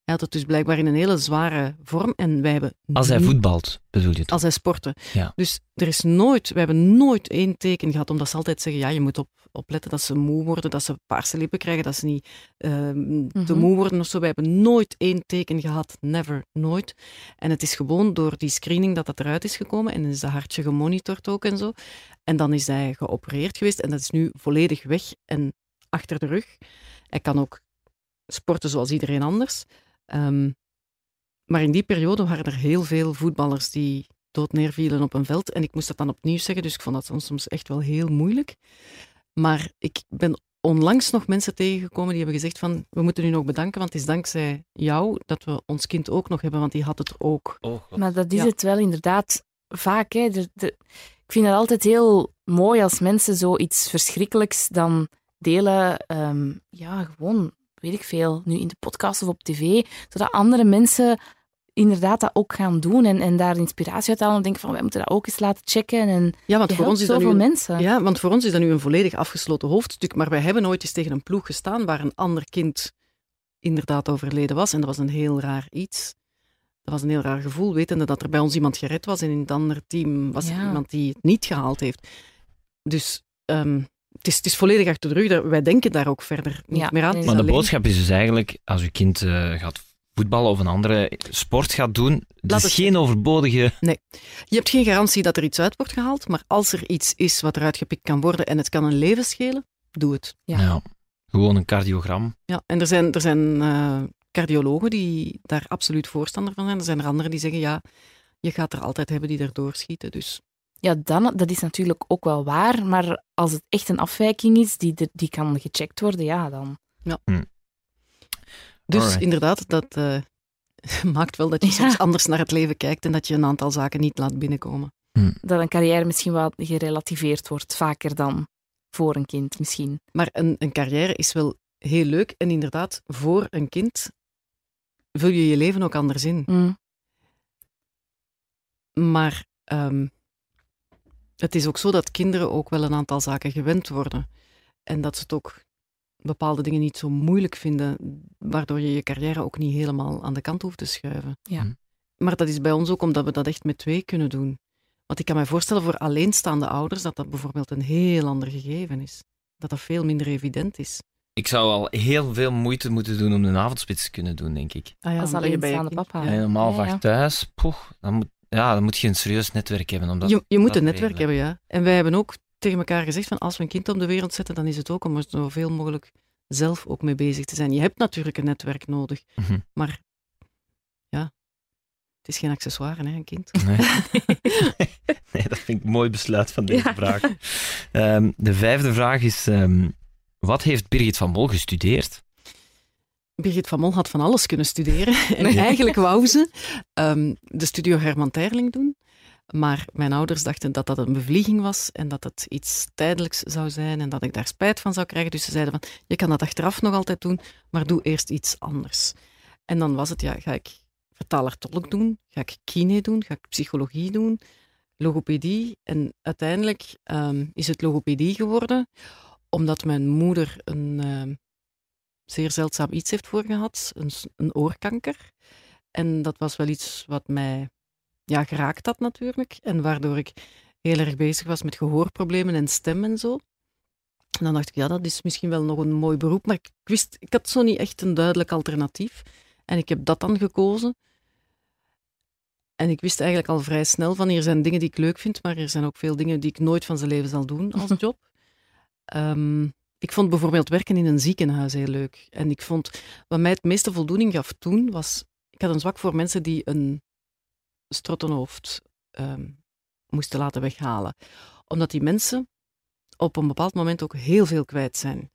Hij had het dus blijkbaar in een hele zware vorm. En wij hebben Als hij niet- voetbalt, bedoel je toch? Als hij sportte. Ja. Dus er is nooit, we hebben nooit één teken gehad, omdat ze altijd zeggen, ja, je moet op, opletten dat ze moe worden, dat ze paarse lippen krijgen, dat ze niet uh, te Mhm. moe worden of zo. We hebben nooit één teken gehad, never, nooit. En het is gewoon door die screening dat dat eruit is gekomen en is dat hartje gemonitord ook en zo. En dan is hij geopereerd geweest en dat is nu volledig weg en achter de rug. Hij kan ook sporten zoals iedereen anders. Um, maar in die periode waren er heel veel voetballers die dood neervielen op een veld. En ik moest dat dan opnieuw zeggen, dus ik vond dat soms echt wel heel moeilijk. Maar ik ben onlangs nog mensen tegengekomen die hebben gezegd van, we moeten u nog bedanken, want het is dankzij jou dat we ons kind ook nog hebben, want die had het ook. Oh, God. Maar dat is Ja. het wel inderdaad vaak. Hè. De, de, ik vind het altijd heel mooi als mensen zoiets verschrikkelijks dan delen. Um, ja, gewoon, weet ik veel, nu in de podcast of op tv, zodat andere mensen inderdaad dat ook gaan doen en, en daar inspiratie uit halen en denken van, wij moeten dat ook eens laten checken. En Ja, want je voor ons is dat zoveel nu een, mensen. ja, want voor ons is dat nu een volledig afgesloten hoofdstuk, maar wij hebben nooit eens tegen een ploeg gestaan waar een ander kind inderdaad overleden was. En dat was een heel raar iets. Dat was een heel raar gevoel, wetende dat er bij ons iemand gered was en in het andere team was er Ja. iemand die het niet gehaald heeft. Dus um, het, is, het is volledig achter de rug. Dat- Wij denken daar ook verder niet Ja, meer aan. nee, Het Maar is de alleen- boodschap is dus eigenlijk, als uw kind uh, gaat voetballen of een andere sport gaat doen, het Laat is het- geen overbodige... Je hebt geen garantie dat er iets uit wordt gehaald, maar als er iets is wat eruit gepikt kan worden en het kan een leven schelen, doe het. Ja. Ja, gewoon een cardiogram. Ja, en er zijn, er zijn uh, cardiologen die daar absoluut voorstander van zijn. Er zijn er anderen die zeggen, ja, je gaat er altijd hebben die er doorschieten. Dus Ja, dan, dat is natuurlijk ook wel waar, maar als het echt een afwijking is die, de- die kan gecheckt worden, ja, dan... Dus Alright. inderdaad, dat uh, maakt wel dat je Ja. soms anders naar het leven kijkt en dat je een aantal zaken niet laat binnenkomen. Dat een carrière misschien wat gerelativeerd wordt, vaker dan voor een kind misschien. Maar een, een carrière is wel heel leuk en inderdaad, voor een kind vul je je leven ook anders in. Mm. Maar um, het is ook zo dat kinderen ook wel een aantal zaken gewend worden. En dat ze het ook bepaalde dingen niet zo moeilijk vinden, waardoor je je carrière ook niet helemaal aan de kant hoeft te schuiven. Ja. Hm. Maar dat is bij ons ook omdat we dat echt met twee kunnen doen. Want ik kan me voorstellen voor alleenstaande ouders dat dat bijvoorbeeld een heel ander gegeven is. Dat dat veel minder evident is. Ik zou al heel veel moeite moeten doen om een avondspits te kunnen doen, denk ik. Ah ja, Als omdat je bij je alleenstaande kind- papa. Ja. En normaal Ja, ja. vaak thuis, poeh, dan moet, ja, dan moet je een serieus netwerk hebben. Om dat, Je, je moet dat een te netwerk regelen. hebben, ja. En wij hebben ook tegen elkaar gezegd van als we een kind op de wereld zetten, dan is het ook om er zoveel mogelijk zelf ook mee bezig te zijn. Je hebt natuurlijk een netwerk nodig, Mhm. maar ja, het is geen accessoire, hè, een kind. Nee. nee, dat vind ik een mooi besluit van deze Ja. vraag. Um, de vijfde vraag is, um, wat heeft Birgit van Mol gestudeerd? Birgit van Mol had van alles kunnen studeren. En eigenlijk wou ze um, de studio Herman Terling doen. Maar mijn ouders dachten dat dat een bevlieging was en dat het iets tijdelijks zou zijn en dat ik daar spijt van zou krijgen. Dus ze zeiden van, je kan dat achteraf nog altijd doen, maar doe eerst iets anders. En dan was het, ja, ga ik vertaler-tolk doen? Ga ik kine doen? Ga ik psychologie doen? Logopedie? En uiteindelijk um, is het logopedie geworden, omdat mijn moeder een um, zeer zeldzaam iets heeft voorgehad, een, een oorkanker. En dat was wel iets wat mij ja, geraakt had natuurlijk. En waardoor ik heel erg bezig was met gehoorproblemen en stem en zo. En dan dacht ik, ja, dat is misschien wel nog een mooi beroep. Maar ik wist, ik had zo niet echt een duidelijk alternatief. En ik heb dat dan gekozen. En ik wist eigenlijk al vrij snel van, hier zijn dingen die ik leuk vind, maar er zijn ook veel dingen die ik nooit van zijn leven zal doen als job. Um, ik vond bijvoorbeeld werken in een ziekenhuis heel leuk. En ik vond, wat mij het meeste voldoening gaf toen, was, ik had een zwak voor mensen die een strottenhoofd um, moesten laten weghalen. Omdat die mensen op een bepaald moment ook heel veel kwijt zijn.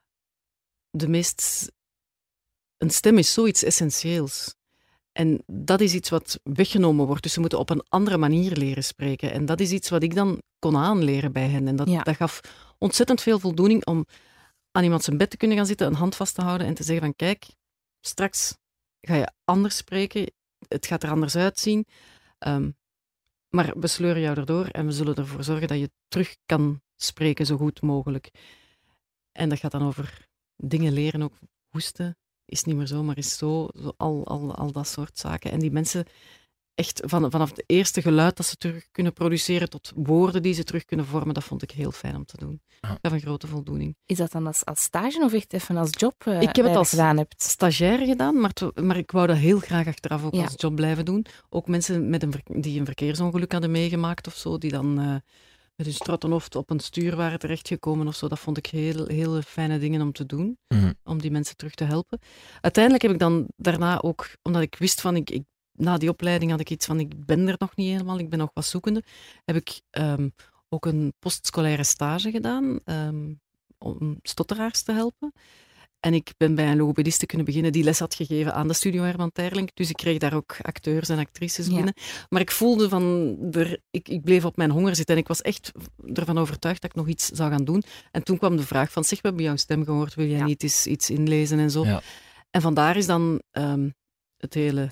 De meest... Een stem is zoiets essentieels. En dat is iets wat weggenomen wordt. Dus ze moeten op een andere manier leren spreken. En dat is iets wat ik dan kon aanleren bij hen. En dat, Ja. dat gaf ontzettend veel voldoening om aan iemand zijn bed te kunnen gaan zitten, een hand vast te houden en te zeggen van kijk, straks ga je anders spreken. Het gaat er anders uitzien. Um, maar we sleuren jou erdoor en we zullen ervoor zorgen dat je terug kan spreken zo goed mogelijk. En dat gaat dan over dingen leren, ook hoesten, is niet meer zo, maar is zo, zo al, al, al dat soort zaken. En die mensen, echt van, vanaf het eerste geluid dat ze terug kunnen produceren tot woorden die ze terug kunnen vormen, dat vond ik heel fijn om te doen. Ja. Dat was een grote voldoening. Is dat dan als, als stage of echt even als job uh, Ik heb het dat je als gedaan hebt? Stagiair gedaan, maar, to, maar ik wou dat heel graag achteraf ook Ja. als job blijven doen. Ook mensen met een, ver- die een verkeersongeluk hadden meegemaakt of zo, die dan uh, met hun strottenhoofd op een stuur waren terechtgekomen of zo. Dat vond ik heel, heel fijne dingen om te doen, Mhm. om die mensen terug te helpen. Uiteindelijk heb ik dan daarna ook, omdat ik wist van, ik, ik, na die opleiding had ik iets van, ik ben er nog niet helemaal, ik ben nog wat zoekende, heb ik um, ook een postscholaire stage gedaan, um, om stotteraars te helpen. En ik ben bij een logopediste kunnen beginnen die les had gegeven aan de Studio Herman Terling. Dus ik kreeg daar ook acteurs en actrices Ja. binnen. Maar ik voelde van, er, ik, ik bleef op mijn honger zitten en ik was echt ervan overtuigd dat ik nog iets zou gaan doen. En toen kwam de vraag van, zeg, we hebben jouw stem gehoord, wil jij Ja. niet eens iets inlezen en zo. Ja. En vandaar is dan um, het hele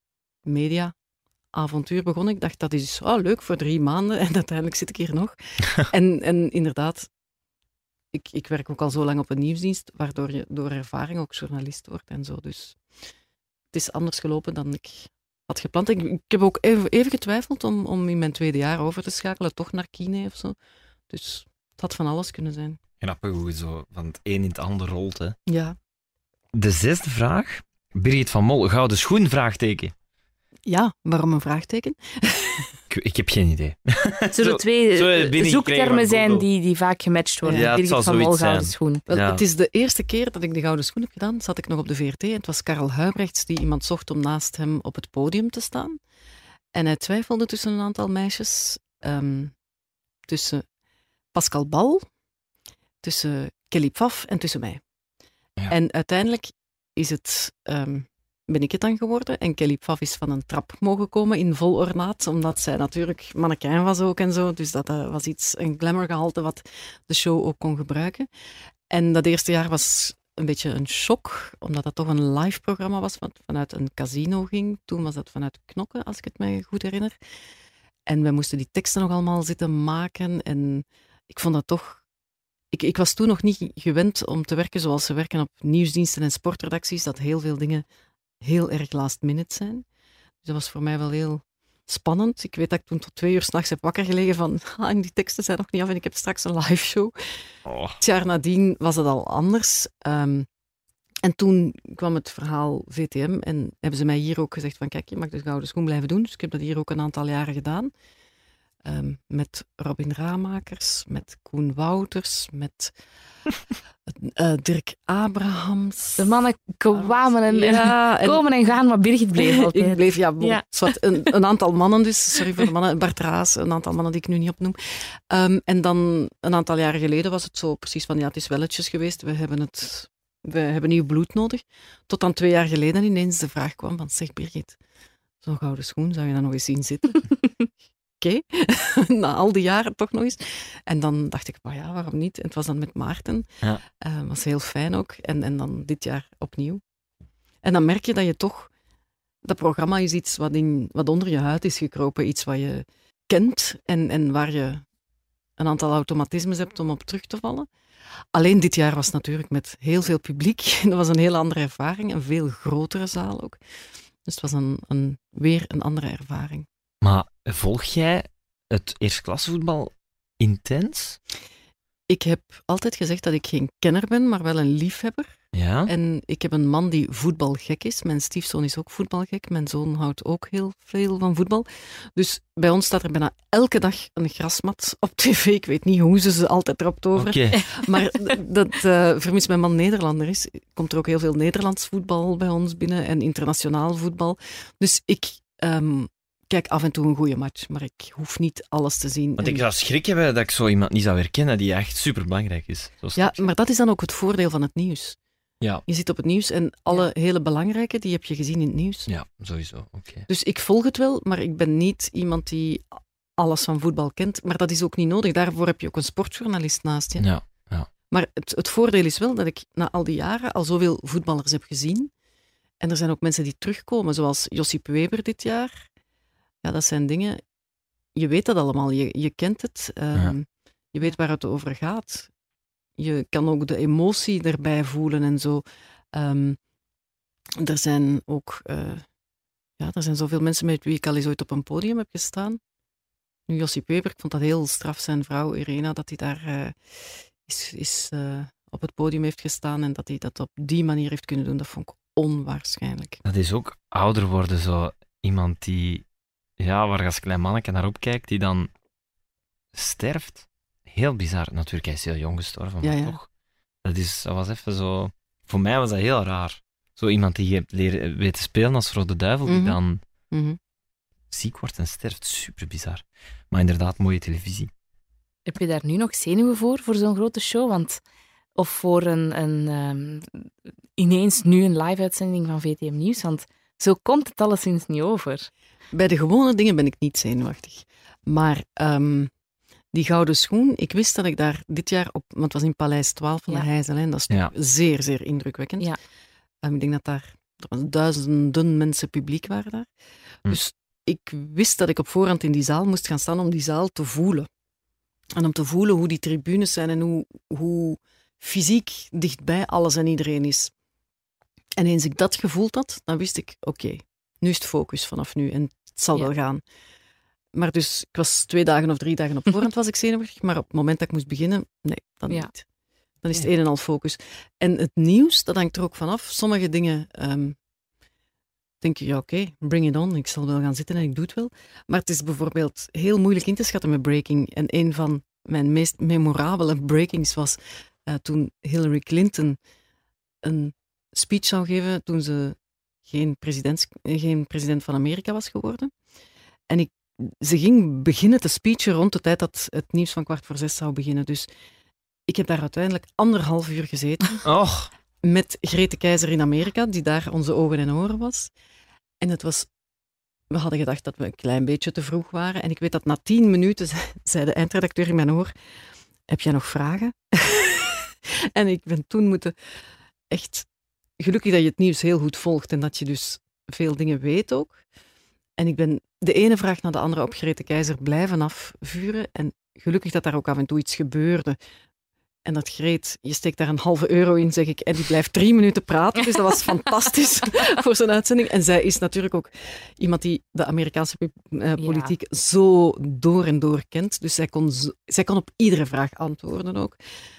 media-avontuur begonnen. Ik dacht, dat is oh, leuk voor drie maanden en uiteindelijk zit ik hier nog. en, en inderdaad, ik, ik werk ook al zo lang op een nieuwsdienst, waardoor je door ervaring ook journalist wordt en zo. Dus het is anders gelopen dan ik had gepland. Ik, ik heb ook even, even getwijfeld om, om in mijn tweede jaar over te schakelen, toch naar kine of zo. Dus het had van alles kunnen zijn. Grappig hoe je zo van het een in het ander rolt. Hè. Ja. De zesde vraag. Birgit van Mol, gouden schoen? Vraagteken. Ja, waarom een vraagteken? Ik, ik heb geen idee. Zullen Zo- twee zo eh, binnengekregen zoektermen van zijn Google. die, die vaak gematcht worden. Ja, het Birgit zal van Mol, zoiets gouden zijn. schoen. Wel, Ja. Het is de eerste keer dat ik de Gouden Schoen heb gedaan. Zat ik nog op de V R T en het was Karel Huibrechts die iemand zocht om naast hem op het podium te staan. En hij twijfelde tussen een aantal meisjes. Um, tussen Pascal Bal, tussen Kelly Pfaff en tussen mij. Ja. En uiteindelijk is het, um, ben ik het dan geworden. En Kelly Pfaff is van een trap mogen komen in vol ornaat, omdat zij natuurlijk mannequin was ook en zo. Dus dat uh, was iets, een glamourgehalte wat de show ook kon gebruiken. En dat eerste jaar was een beetje een shock, omdat dat toch een live programma was, wat vanuit een casino ging. Toen was dat vanuit Knokke, als ik het mij goed herinner. En wij moesten die teksten nog allemaal zitten maken. En ik vond dat toch... Ik, ik was toen nog niet gewend om te werken zoals ze werken op nieuwsdiensten en sportredacties, dat heel veel dingen heel erg last minute zijn. Dus dat was voor mij wel heel spannend. Ik weet dat ik toen tot twee uur 's nachts heb wakker gelegen van ah, en die teksten zijn nog niet af en ik heb straks een live show. Oh. Het jaar nadien was het al anders. Um, en toen kwam het verhaal V T M en hebben ze mij hier ook gezegd van kijk, je mag de Gouden Schoen blijven doen. Dus ik heb dat hier ook een aantal jaren gedaan. Um, met Robin Ramakers, met Koen Wouters, met uh, Dirk Abrahams. De mannen kwamen en, ja, en komen en gaan, maar Birgit bleef altijd. Ik bleef, ja, bon, Ja. zwart, een, een aantal mannen dus, sorry voor de mannen, Bart Raas, een aantal mannen die ik nu niet opnoem. Um, en dan, een aantal jaren geleden was het zo precies van, ja, het is welletjes geweest, we hebben het, we hebben nieuw bloed nodig. Tot dan twee jaar geleden ineens de vraag kwam van, zeg Birgit, zo'n gouden schoen, zou je daar nog eens zien zitten? Oké, okay. Na al die jaren toch nog eens. En dan dacht ik, oh ja, waarom niet? En het was dan met Maarten. Ja. Uh, was heel fijn ook. En, en dan dit jaar opnieuw. En dan merk je dat je toch... Dat programma is iets wat, in, wat onder je huid is gekropen. Iets wat je kent en, en waar je een aantal automatismes hebt om op terug te vallen. Alleen dit jaar was natuurlijk met heel veel publiek. Dat was een heel andere ervaring. Een veel grotere zaal ook. Dus het was een, een, weer een andere ervaring. Maar volg jij het eerstklassevoetbal intens? Ik heb altijd gezegd dat ik geen kenner ben, maar wel een liefhebber. Ja. En ik heb een man die voetbalgek is. Mijn stiefzoon is ook voetbalgek. Mijn zoon houdt ook heel veel van voetbal. Dus bij ons staat er bijna elke dag een grasmat op tv. Ik weet niet hoe ze ze altijd erop toveren. Okay. Maar dat, uh, vermits mijn man Nederlander is, komt er ook heel veel Nederlands voetbal bij ons binnen en internationaal voetbal. Dus ik... Um, kijk af en toe een goede match, maar ik hoef niet alles te zien. Want en... ik zou schrik hebben dat ik zo iemand niet zou herkennen die echt superbelangrijk is. Zo ja, maar dat is dan ook het voordeel van het nieuws. Ja. Je zit op het nieuws en alle ja. hele belangrijke, die heb je gezien in het nieuws. Ja, sowieso. Okay. Dus ik volg het wel, maar ik ben niet iemand die alles van voetbal kent. Maar dat is ook niet nodig. Daarvoor heb je ook een sportjournalist naast je. Ja, ja. Maar het, het voordeel is wel dat ik na al die jaren al zoveel voetballers heb gezien. En er zijn ook mensen die terugkomen, zoals Josip Weber dit jaar. Ja, dat zijn dingen... Je weet dat allemaal, je, je kent het. Um, ja. Je weet waar het over gaat. Je kan ook de emotie erbij voelen en zo. Um, er zijn ook uh, ja, er zijn zoveel mensen met wie ik al eens ooit op een podium heb gestaan. Nu, Josip Weber, ik vond dat heel straf, zijn vrouw Irena, dat hij daar uh, is, is, uh, op het podium heeft gestaan en dat hij dat op die manier heeft kunnen doen. Dat vond ik onwaarschijnlijk. Dat is ook ouder worden, zo iemand die, ja, waar als klein manneke naar opkijkt, die dan sterft. Heel bizar. Natuurlijk, hij is heel jong gestorven, maar ja, ja. toch. Dat, is, dat was even zo... Voor mij was dat heel raar. Zo iemand die je hebt leren weten spelen als Rode Duivel, die mm-hmm. dan mm-hmm. ziek wordt en sterft. Super bizar. Maar inderdaad, mooie televisie. Heb je daar nu nog zenuwen voor, voor zo'n grote show? Want, of voor een, een um, ineens nu een live-uitzending van V T M Nieuws? Want zo komt het alleszins niet over. Bij de gewone dingen ben ik niet zenuwachtig. Maar um, die gouden schoen, ik wist dat ik daar dit jaar op... Want het was in Paleis twaalf van ja. de Heijzel. En dat is ja. zeer, zeer indrukwekkend. Ja. Um, ik denk dat daar er duizenden mensen publiek waren daar. Hm. Dus ik wist dat ik op voorhand in die zaal moest gaan staan om die zaal te voelen. En om te voelen hoe die tribunes zijn en hoe, hoe fysiek dichtbij alles en iedereen is. En eens ik dat gevoeld had, dan wist ik, oké, okay, nu is het focus vanaf nu en het zal ja. wel gaan. Maar dus, ik was twee dagen of drie dagen op voorhand was ik zenuwachtig, maar op het moment dat ik moest beginnen, nee, dan ja. niet. Dan is het ja. een en al focus. En het nieuws, dat hangt er ook vanaf. Sommige dingen um, denk je, ja oké, okay, bring it on, ik zal wel gaan zitten en ik doe het wel. Maar het is bijvoorbeeld heel moeilijk in te schatten met breaking. En een van mijn meest memorabele breakings was uh, toen Hillary Clinton een speech zou geven toen ze geen president, geen president van Amerika was geworden. En ik, ze ging beginnen te speechen rond de tijd dat het nieuws van kwart voor zes zou beginnen. Dus ik heb daar uiteindelijk anderhalf uur gezeten. Och. Met Grete Keizer in Amerika, die daar onze ogen en oren was. En het was... We hadden gedacht dat we een klein beetje te vroeg waren. En ik weet dat na tien minuten zei de eindredacteur in mijn oor: heb jij nog vragen? En ik ben toen moeten... Echt... Gelukkig dat je het nieuws heel goed volgt en dat je dus veel dingen weet ook. En ik ben de ene vraag naar de andere op Grete Keizer blijven afvuren. En gelukkig dat daar ook af en toe iets gebeurde. En dat Greet, je steekt daar een halve euro in, zeg ik, en die blijft drie minuten praten. Dus dat was fantastisch voor zo'n uitzending. En zij is natuurlijk ook iemand die de Amerikaanse uh, politiek ja. zo door en door kent. Dus zij kon, zo, zij kon op iedere vraag antwoorden ook.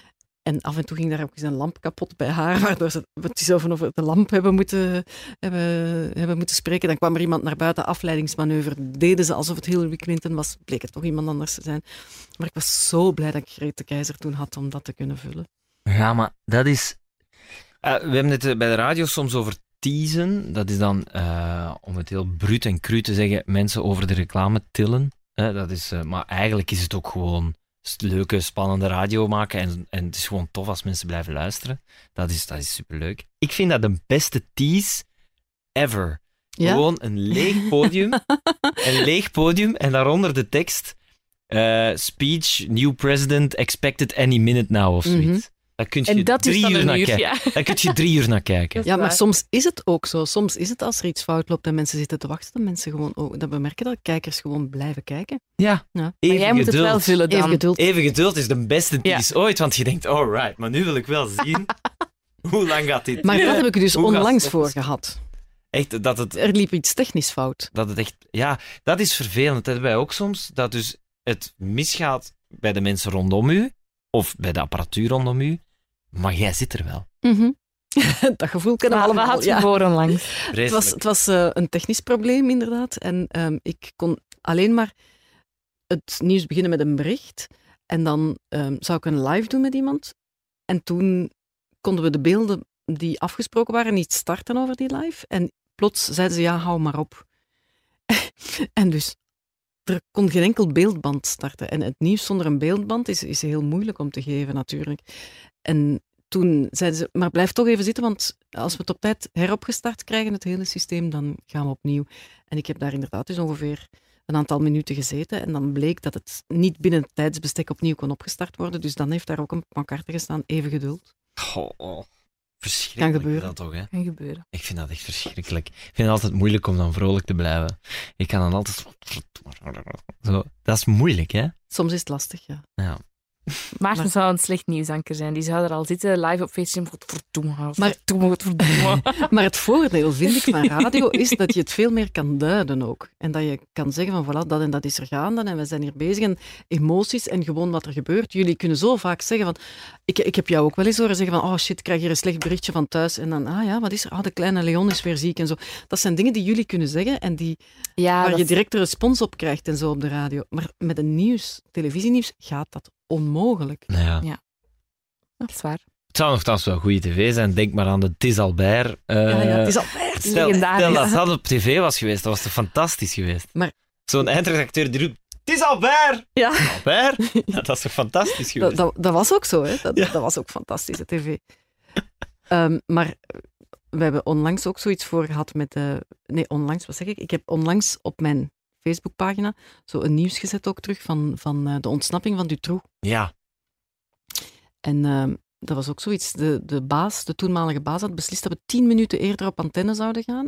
En af en toe ging daar ook eens een lamp kapot bij haar, waardoor ze het is over de lamp hebben moeten, hebben, hebben moeten spreken. Dan kwam er iemand naar buiten, afleidingsmanoeuvre. Deden ze alsof het Hillary Clinton was, bleek het toch iemand anders te zijn. Maar ik was zo blij dat ik Grete Keizer toen had om dat te kunnen vullen. Ja, maar dat is... Uh, we hebben het bij de radio soms over teasen. Dat is dan, uh, om het heel bruut en cru te zeggen, mensen over de reclame tillen. Uh, dat is, uh, maar eigenlijk is het ook gewoon... leuke, spannende radio maken en, en het is gewoon tof als mensen blijven luisteren. Dat is, dat is superleuk. Ik vind dat de beste tease ever. Ja? Gewoon een leeg podium. een leeg podium en daaronder de tekst uh, speech, new president, expected any minute now of zoiets. Mm-hmm. Daar kun je en dat drie is uur een naar uur, kijken. ja. Daar kun je drie uur naar kijken. Ja, maar soms is het ook zo. Soms is het als er iets fout loopt en mensen zitten te wachten, dat mensen gewoon, oh, dat we merken dat kijkers gewoon blijven kijken. Ja, ja. Even maar jij moet geduld. het wel vullen dan. Even geduld. Even geduld is de beste tease ja. ooit, want je denkt, alright, maar nu wil ik wel zien hoe lang gaat dit. Maar dat heb ik dus hoe onlangs voor gehad. Echt, dat het... Er liep iets technisch fout. Dat het echt... Ja, dat is vervelend. Dat hebben wij ook soms, dat dus het misgaat bij de mensen rondom u, of bij de apparatuur rondom u, maar jij zit er wel. Mm-hmm. Dat gevoel kennen we allemaal. Wat had je ja. voor onlangs? Het was, het was uh, een technisch probleem, inderdaad. En um, ik kon alleen maar het nieuws beginnen met een bericht. En dan um, zou ik een live doen met iemand. En toen konden we de beelden die afgesproken waren niet starten over die live. En plots zeiden ze, ja, hou maar op. En dus... Er kon geen enkel beeldband starten. En het nieuws zonder een beeldband is, is heel moeilijk om te geven, natuurlijk. En toen zeiden ze, maar blijf toch even zitten, want als we het op tijd heropgestart krijgen, het hele systeem, dan gaan we opnieuw. En ik heb daar inderdaad dus ongeveer een aantal minuten gezeten. En dan bleek dat het niet binnen het tijdsbestek opnieuw kon opgestart worden. Dus dan heeft daar ook een pancarte gestaan, even geduld. Oh, oh. Verschrikkelijk kan gebeuren. Dat toch, hè? Kan gebeuren. Ik vind dat echt verschrikkelijk. Ik vind het altijd moeilijk om dan vrolijk te blijven. Ik kan dan altijd... Zo, dat is moeilijk, hè? Soms is het lastig, ja. Ja. Maarten Maar- zou een slecht nieuwsanker zijn. Die zou er al zitten, live op Facebook. Godverdomme, Maar- godverdomme, godverdomme. Maar het voordeel, vind ik, van radio is dat je het veel meer kan duiden ook. En dat je kan zeggen van, voilà, dat en dat is er gaande en we zijn hier bezig. En emoties en gewoon wat er gebeurt. Jullie kunnen zo vaak zeggen van... Ik, ik heb jou ook wel eens horen zeggen van, oh shit, ik krijg hier een slecht berichtje van thuis. En dan, ah ja, wat is er? Ah, de kleine Leon is weer ziek en zo. Dat zijn dingen die jullie kunnen zeggen en die, Ja, waar dat je is- direct een respons op krijgt en zo op de radio. Maar met een nieuws, televisienieuws, gaat dat onmogelijk. Ja. dat is waar. Het zou nogthans wel goede tv zijn. Denk maar aan de Tis Albert. Uh, Ja, ja, het is al ver. Stel, Legendarisch. stel dat dat op tv was geweest, dat was toch fantastisch geweest? Maar- Zo'n eindredacteur die roept, het is Albert! Ja. Albert? Ja, dat is toch fantastisch Dat, geweest? dat, dat was ook zo, hè? Dat, Ja. dat was ook fantastische tv. Ehm, maar we hebben onlangs ook zoiets voor gehad met... eh, nee, onlangs, wat zeg ik? Ik heb onlangs op mijn Facebookpagina zo een nieuws gezet ook terug van, van eh, de ontsnapping van Dutroux. Ja. En ehm, dat was ook zoiets. De, de baas, de toenmalige baas, had beslist dat we tien minuten eerder op antenne zouden gaan,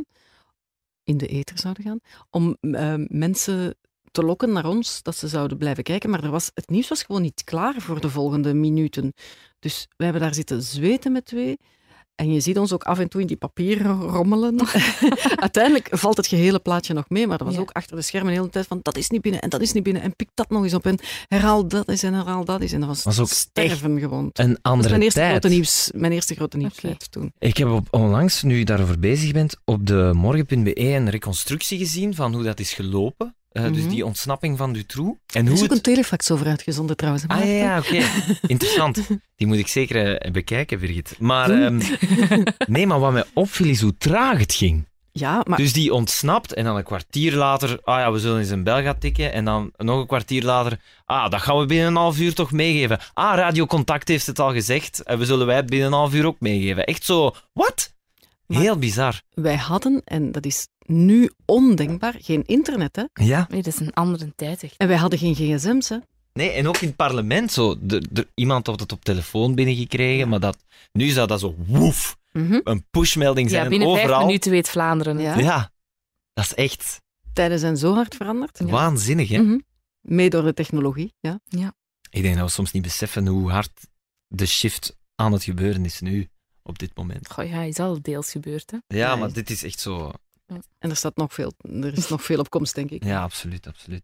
in de ether zouden gaan, om eh, mensen te lokken naar ons, dat ze zouden blijven kijken. Maar er was, het nieuws was gewoon niet klaar voor de volgende minuten. Dus wij hebben daar zitten zweten met twee. En je ziet ons ook af en toe in die papieren rommelen. Uiteindelijk valt het gehele plaatje nog mee, maar dat was Ja. ook achter de schermen de hele tijd van dat is niet binnen en dat is niet binnen en pik dat nog eens op en herhaal dat eens en herhaal dat eens. En dat was, Was ook sterven gewoon. Een Dat was andere mijn eerste tijd. grote nieuws, mijn eerste grote nieuwsfeit toen. Ik heb op, onlangs, nu je daarover bezig bent, op de morgen punt be een reconstructie gezien van hoe dat is gelopen. Uh, Dus Mhm. die ontsnapping van Dutroux. En Er hoe is ook het... een telefax over uitgezonden trouwens. Ah ja, ja oké. Interessant. Die moet ik zeker eh, bekijken, Birgit. Maar ehm, nee, maar wat mij opviel is hoe traag het ging. Ja, maar Dus die ontsnapt en dan een kwartier later, ah ja, we zullen eens een bel gaan tikken. En dan nog een kwartier later, ah, dat gaan we binnen een half uur toch meegeven. Ah, Radio Contact heeft het al gezegd en we zullen wij het binnen een half uur ook meegeven. Echt zo, wat? Maar- Heel bizar. wij hadden, en dat is nu ondenkbaar, geen internet. Hè? Ja. Nee, dat is een andere tijd. Echt. En wij hadden geen gsm's. Hè? Nee, en ook in het parlement zo. De, de, iemand had het op telefoon binnengekregen, maar dat, nu zou dat zo woef, Mhm. een pushmelding zijn Ja, binnen overal. vijf minuten weet Vlaanderen het. Ja. Ja, dat is echt Tijden zijn zo hard veranderd. waanzinnig, hè? Mhm. Mee door de technologie. Ja. Ik denk dat we soms niet beseffen hoe hard de shift aan het gebeuren is nu, op dit moment. Goh, ja, is al deels gebeurd. Hè. Ja, Ja, maar is- dit is echt zo... En er, staat nog veel, er is nog veel op komst, denk ik. Ja, absoluut, absoluut.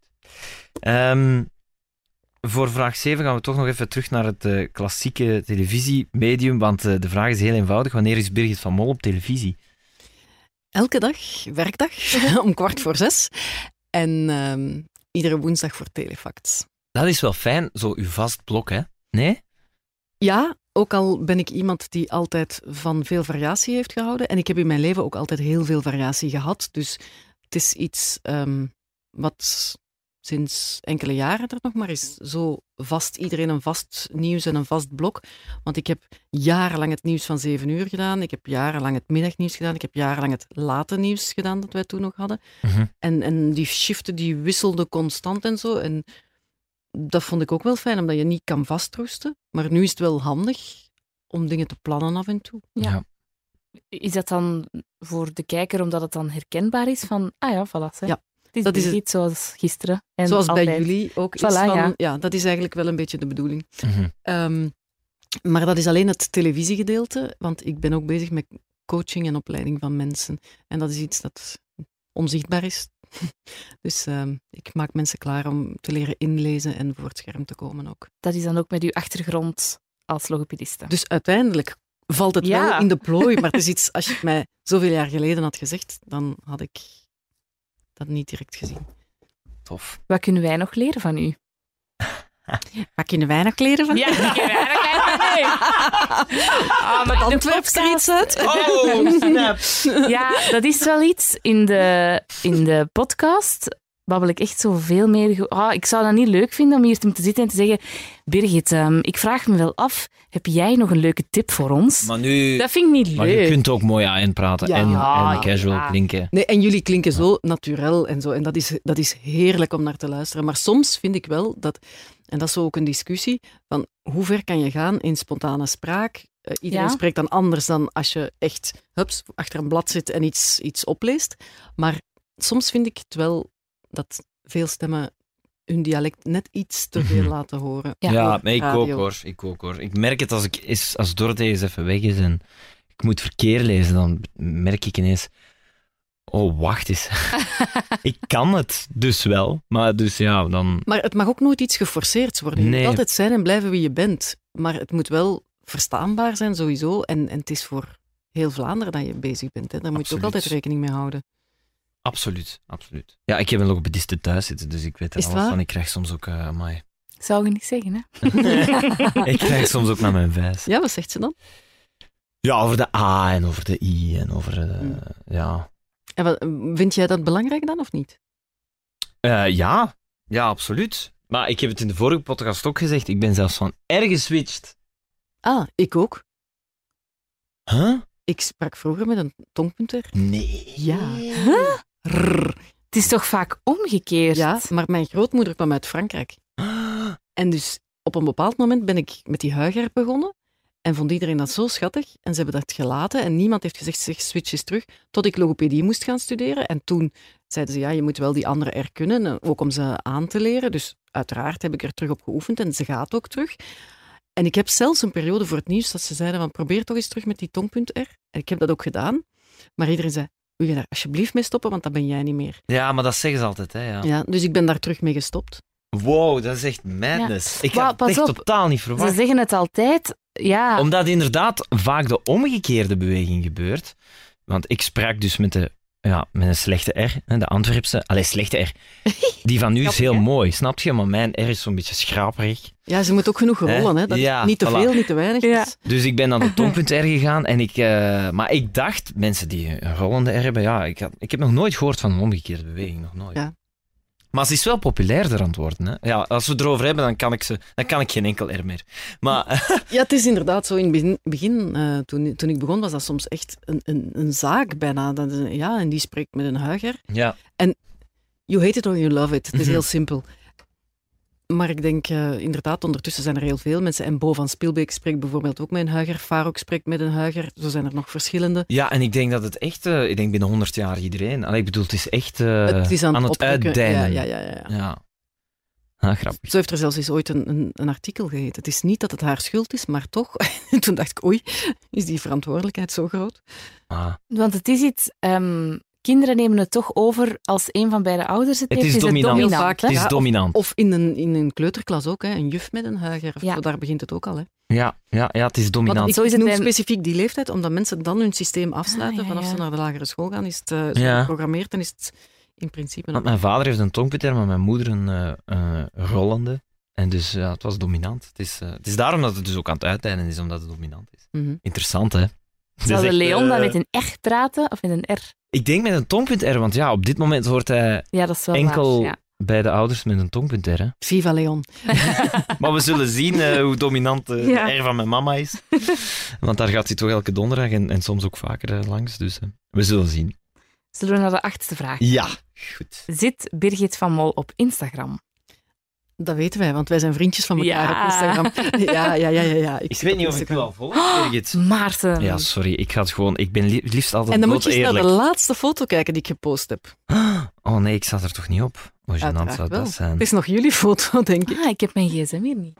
Ehm, voor vraag zeven gaan we toch nog even terug naar het eh, klassieke televisiemedium, want eh, de vraag is heel eenvoudig. Wanneer is Birgit van Mol op televisie? Elke dag, werkdag, om kwart voor zes. En ehm, iedere woensdag voor Telefax. Dat is wel fijn, zo uw vast blok, hè? Nee? Ja, ook al ben ik iemand die altijd van veel variatie heeft gehouden. En ik heb in mijn leven ook altijd heel veel variatie gehad. Dus het is iets ehm, wat sinds enkele jaren er nog maar is. Zo vast, iedereen een vast nieuws en een vast blok. Want ik heb jarenlang het nieuws van zeven uur gedaan. Ik heb jarenlang het middagnieuws gedaan. Ik heb jarenlang het late nieuws gedaan dat wij toen nog hadden. Mhm. En, en die shiften die wisselden constant en zo. En dat vond ik ook wel fijn, omdat je niet kan vastroesten. Maar nu is het wel handig om dingen te plannen af en toe. Ja. Ja. Is dat dan voor de kijker omdat het dan herkenbaar is van, ah ja, voilà. Hè. Ja, Het is dat is Birgit zoals gisteren. En Zoals altijd. bij jullie ook is Voilà, van... ja. Ja. dat is eigenlijk wel een beetje de bedoeling. Mhm. Ehm, maar dat is alleen het televisiegedeelte, want ik ben ook bezig met coaching en opleiding van mensen. En dat is iets dat onzichtbaar is. Dus ehm, ik maak mensen klaar om te leren inlezen en voor het scherm te komen ook. Dat is dan ook met uw achtergrond als logopediste. Dus uiteindelijk valt het Ja. wel in de plooi, maar het is iets, als je het mij zoveel jaar geleden had gezegd, dan had ik dat niet direct gezien. Tof. Wat kunnen wij nog leren van u? Wat kunnen wij nog leren van? Ja, wat kunnen wij nog leren van u? Ah, maar in de Antwerps er iets uit? Oh, snap. Ja, dat is wel iets. In de, in de podcast babbel ik echt zoveel meer... ge- Ah, ik zou dat niet leuk vinden om hier te moeten zitten en te zeggen Birgit, ehm, ik vraag me wel af, heb jij nog een leuke tip voor ons? Maar nu... Dat vind ik niet Maar je leuk. kunt ook mooi aan praten Ja. en, Ja, en casual ja. klinken. Nee, en jullie klinken zo naturel en zo. En dat is, dat is heerlijk om naar te luisteren. Maar soms vind ik wel dat, en dat is zo ook een discussie, van hoe ver kan je gaan in spontane spraak? Eh, iedereen Ja. spreekt dan anders dan als je echt hups, achter een blad zit en iets, iets opleest. Maar soms vind ik het wel dat veel stemmen hun dialect net iets te veel laten horen. Ja. Ja, Door maar ik ook radio. hoor. Ik ook hoor. Ik merk het als, ik, is- als Dorothee eens even weg is en ik moet verkeer lezen, dan merk ik ineens... Oh, wacht eens. Ik kan het dus wel, maar dus ja, dan... Maar het mag ook nooit iets geforceerd worden. Je Nee. moet altijd zijn en blijven wie je bent. Maar het moet wel verstaanbaar zijn, sowieso. En, en het is voor heel Vlaanderen dat je bezig bent. Hè. Daar moet je ook Absoluut. altijd rekening mee houden. Absoluut, absoluut. Ja, ik heb een logopediste thuis zitten, dus ik weet er Is het alles waar? van. Ik krijg soms ook... Uh, amai. Zou je niet zeggen, hè? Ik krijg soms ook naar mijn wijs. Ja, wat zegt ze dan? Ja, over de A en over de I en over... Uh, Hmm. Ja. En wat, vind jij dat belangrijk dan, of niet? Uh, ja, ja, absoluut. Maar ik heb het in de vorige podcast ook gezegd, ik ben zelfs van R geswitcht. Ah, ik ook. Huh? Ik sprak vroeger met een tongpunter. Nee. Ja. Rrr. Het is toch vaak omgekeerd? Ja, maar mijn grootmoeder kwam uit Frankrijk. En dus op een bepaald moment ben ik met die huiger begonnen en vond iedereen dat zo schattig. En ze hebben dat gelaten en niemand heeft gezegd, zeg, switch eens terug, tot ik logopedie moest gaan studeren. En toen zeiden ze, ja, je moet wel die andere R kunnen, ook om ze aan te leren. Dus uiteraard heb ik er terug op geoefend en ze gaat ook terug. En ik heb zelfs een periode voor het nieuws dat ze zeiden van, probeer toch eens terug met die tongpunt R. En ik heb dat ook gedaan. Maar iedereen zei, wil je daar alsjeblieft mee stoppen, want dat ben jij niet meer. Ja, maar dat zeggen ze altijd, hè. Ja. Ja, dus ik ben daar terug mee gestopt. Wow, dat is echt madness. Ik Maar had pas het echt op, totaal niet Ze verwacht. zeggen het altijd, ja. Omdat inderdaad vaak de omgekeerde beweging gebeurt. Want ik sprak dus met, de, ja, met een slechte R, hè, de Antwerpse. Allee, slechte R. Die van nu is Grappig, heel hè? mooi, snap je? Maar mijn R is zo'n beetje schraperig. Ja, ze moet ook genoeg Hè? rollen, hè. Dat Ja, niet te voilà. veel, niet te weinig Ja. is. Dus ik ben naar de tongpunt R gegaan. En ik, uh, maar ik dacht, mensen die een rollende R hebben, ja, ik, had, ik heb nog nooit gehoord van een omgekeerde beweging. Nog nooit. Ja. Maar ze is wel populairder aan het worden. Hè? Ja, als we het erover hebben, dan kan ik, ze, dan kan ik geen enkel R meer. Maar Ja, het is inderdaad zo. In het begin, begin uh, toen, toen ik begon, was dat soms echt een, een, een zaak bijna. Dat, is- ja, en die spreekt met een huiger. ja, You hate it or you love it. Het is Mhm. heel simpel. Maar ik denk, uh, inderdaad, ondertussen zijn er heel veel mensen. En Bo van Spielbeek spreekt bijvoorbeeld ook met een huiger. Farok spreekt met een huiger. Zo zijn er nog verschillende. ja, en ik denk dat het echt, uh, ik denk binnen honderd jaar iedereen. Allee, ik bedoel, het is echt uh, het is aan, aan het oprukken. uitdijnen. Ja, ja, ja, ja. Ja. Ah, grappig. Zo heeft er zelfs eens ooit een, een, een artikel geheten. Het is niet dat het haar schuld is, maar toch. Toen dacht ik, oei, is die verantwoordelijkheid zo groot? Ah. Want het is iets... ehm, kinderen nemen het toch over als een van beide ouders het, Het heeft. is dominant. Heel dominant vaak, hè? Het is Ja, dominant. Of in een, in een kleuterklas ook, hè, een juf met een huiger. Of Ja. zo, daar begint het ook al. Hè. Ja, ja, ja, het is Want dominant. ik Zo is het noem bij- specifiek die leeftijd, omdat mensen dan hun systeem afsluiten. Ah, ja, Vanaf ja. ze naar de lagere school gaan, is het uh, zo Ja. geprogrammeerd en is het in principe... Want mijn vader heeft een tongputter, maar mijn moeder een uh, uh, rollende. En dus ja, het was dominant. Het is, uh, het is daarom dat het dus ook aan het uiteinden is, omdat het dominant is. Mhm. Interessant, hè? Het is Zou de echt, Leon dan uh, met een R praten of met een R? Ik denk met een tongpunt R, want ja, op dit moment hoort hij Ja, dat is wel enkel waar. Ja. bij de ouders met een tongpunt R. Hè. Viva Leon. Maar we zullen zien uh, hoe dominant uh, Ja. de R van mijn mama is. Want daar gaat hij toch elke donderdag en, en soms ook vaker uh, langs. Dus uh, we zullen zien. Zullen we naar de achtste vraag? Ja, goed. Zit Birgit van Mol op Instagram? Dat weten wij, want wij zijn vriendjes van elkaar Ja. op Instagram. Ja, ja, ja, ja. ja. Ik, zit weet op niet of ik Instagram. wel volg, Birgit. Maarten. Ja, sorry. Ik ga het gewoon... Ik ben li- liefst altijd En dan moet je eens naar eerlijk. de laatste foto kijken die ik gepost heb. Oh nee, ik zat er toch niet op. Hoe gênant Uiteraard zou wel. dat zijn. Het is nog jullie foto, denk ik. Ah, ik heb mijn gsm hier niet.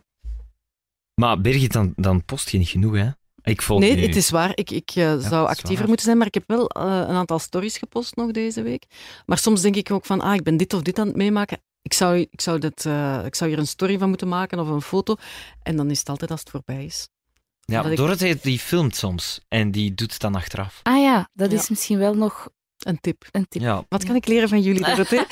Maar Birgit, dan, dan post je niet genoeg, hè? Ik volg Nee, nu. het is waar. Ik, ik uh, is zou actiever waar. moeten zijn, maar ik heb wel uh, een aantal stories gepost nog deze week. Maar soms denk ik ook van, ah, ik ben dit of dit aan het meemaken. Ik zou, ik zou, dit, uh, ik zou hier een story van moeten maken of een foto. En dan is het altijd als het voorbij is. Ja, dat ik- Dorothee die filmt soms en die doet het dan achteraf. Ah ja, dat Ja. is misschien wel nog Een tip. een tip. Ja, Wat kan ik leren van jullie, Dorothee?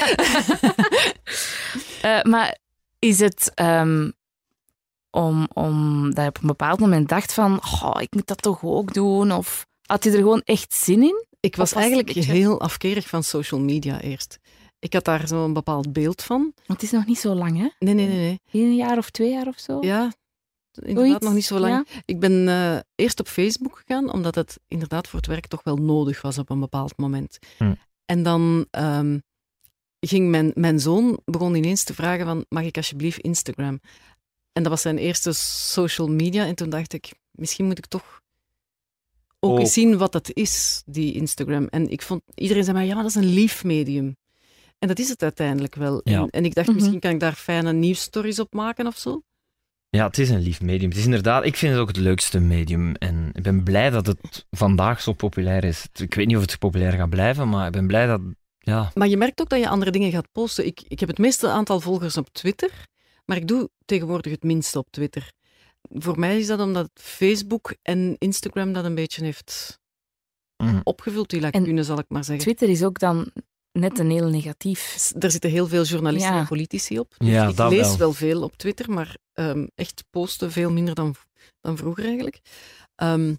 Uh, maar is het um, om, om dat je op een bepaald moment dacht van oh, ik moet dat toch ook doen? Of had je er gewoon echt zin in? Ik was Of was het eigenlijk een beetje- heel afkerig van social media eerst. Ik had daar zo'n bepaald beeld van. Want het is nog niet zo lang, hè? Nee, nee, nee. nee. Een jaar of twee jaar of zo? Ja, inderdaad Zoiets, nog niet zo lang. ja. Ik ben uh, eerst op Facebook gegaan, omdat het inderdaad voor het werk toch wel nodig was op een bepaald moment. Hm. En dan um, ging mijn, mijn zoon begon ineens te vragen van, mag ik alsjeblieft Instagram? En dat was zijn eerste social media. En toen dacht ik, misschien moet ik toch ook Oh. eens zien wat dat is, die Instagram. En ik vond, iedereen zei maar, ja, maar dat is een lief medium. En dat is het uiteindelijk wel. Ja. En, en ik dacht, Mhm. misschien kan ik daar fijne nieuwsstories op maken of zo. Ja, het is een lief medium. Het is inderdaad, ik vind het ook het leukste medium. En ik ben blij dat het vandaag zo populair is. Ik weet niet of het populair gaat blijven, maar ik ben blij dat... Ja, Maar je merkt ook dat je andere dingen gaat posten. Ik, ik heb het meeste aantal volgers op Twitter, maar ik doe tegenwoordig het minste op Twitter. Voor mij is dat omdat Facebook en Instagram dat een beetje heeft mm. opgevuld, die lacune, zal ik maar zeggen. Twitter is ook dan net een heel negatief. Er zitten heel veel journalisten Ja. en politici op. Dus Ja, ik dat lees wel. wel veel op Twitter, maar ehm, echt posten veel minder dan, dan vroeger eigenlijk. Ehm,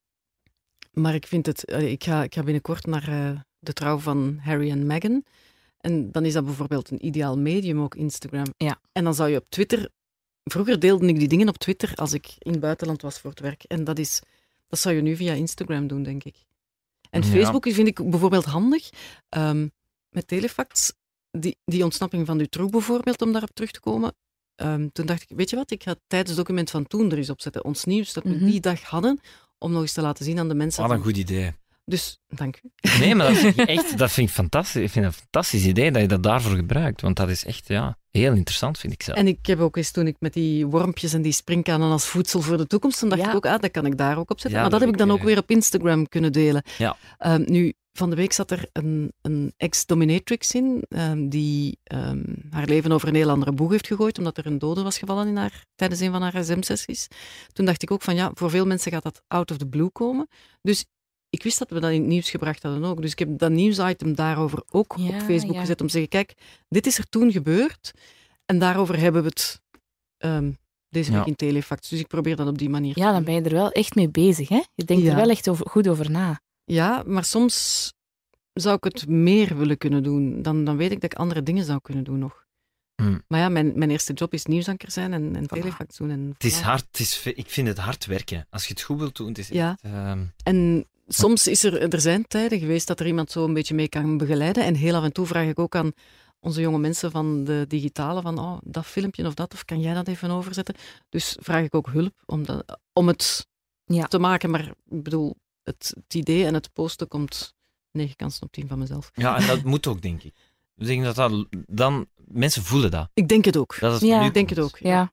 maar ik vind het... allee, Ik ga, ik ga binnenkort naar eh, de trouw van Harry en Meghan. En dan is dat bijvoorbeeld een ideaal medium, ook Instagram. Ja. En dan zou je op Twitter... Vroeger deelde ik die dingen op Twitter als ik in het buitenland was voor het werk. En dat, is, dat zou je nu via Instagram doen, denk ik. En Ja. Facebook vind ik bijvoorbeeld handig. Ehm, met Telefax, die, die ontsnapping van Dutroux bijvoorbeeld, om daarop terug te komen. Ehm, toen dacht ik, weet je wat, ik ga het tijdsdocument van toen er eens opzetten. Ons nieuws dat we Mhm. die dag hadden, om nog eens te laten zien aan de mensen. Wat een van- goed idee. Dus, dank u. Nee, maar dat, is echt, dat vind ik fantastisch. Ik vind het een fantastisch idee dat je dat daarvoor gebruikt. Want dat is echt ja, heel interessant, vind ik zelf. En ik heb ook eens, toen ik met die wormpjes en die springkanen als voedsel voor de toekomst, dan dacht Ja. ik ook, ah, dat kan ik daar ook op zetten. Ja, maar dat dat heb ik dan ik, ook eh, weer op Instagram kunnen delen. Ja. Ehm, nu, van de week zat er een, een ex-dominatrix in, ehm, die ehm, haar leven over een heel andere boeg heeft gegooid, omdat er een dode was gevallen in haar, tijdens een van haar S M-sessies. Toen dacht ik ook van, ja, voor veel mensen gaat dat out of the blue komen. Dus ik wist dat we dat in het nieuws gebracht hadden ook. Dus ik heb dat nieuwsitem daarover ook Ja, op Facebook ja. gezet, om te zeggen, kijk, dit is er toen gebeurd, en daarover hebben we het ehm, deze week Ja. in Telefax. Dus ik probeer dat op die manier te Ja, dan doen. ben je er wel echt mee bezig. Hè? Je denkt Ja. er wel echt over, goed over na. Ja, maar soms zou ik het meer willen kunnen doen. Dan, dan weet ik dat ik andere dingen zou kunnen doen nog. Hmm. Maar ja, mijn, mijn eerste job is nieuwsanker zijn en, en Telefax doen. En Het is voilà. hard, het is, ik vind het hard werken. Als je het goed wilt doen, het is Ja. echt... ehm, En soms is er, er zijn tijden geweest dat er iemand zo een beetje mee kan begeleiden. En heel af en toe vraag ik ook aan onze jonge mensen van de digitale van oh, dat filmpje of dat, of kan jij dat even overzetten? Dus vraag ik ook hulp om, dat, om het Ja. te maken. Maar ik bedoel, het, het idee en het posten komt negen kansen op tien van mezelf. ja, en dat moet ook, denk ik. Ik denk dat dat dan... Mensen voelen dat. Ik denk het ook. dat het Ja. van u Ik denk het komt. ook. Ja.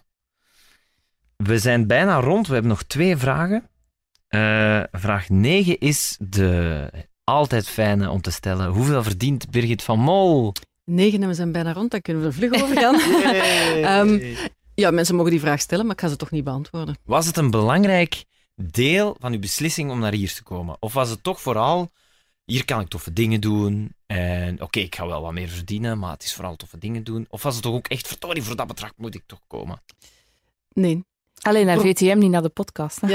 We zijn bijna rond. We hebben nog twee vragen. Eh, vraag negen is de altijd fijne om te stellen. Hoeveel verdient Birgit van Mol? Negen en we zijn bijna rond, dan kunnen we er vlug over gaan. Ehm, ja, mensen mogen die vraag stellen, maar ik ga ze toch niet beantwoorden. Was het een belangrijk deel van uw beslissing om naar hier te komen? Of was het toch vooral, hier kan ik toffe dingen doen en oké, ik ga wel wat meer verdienen, maar het is vooral toffe dingen doen? Of was het toch ook echt, verdorie, voor dat bedrag moet ik toch komen? Nee. Alleen naar Oh. V T M, niet naar de podcast. Hè? Ja.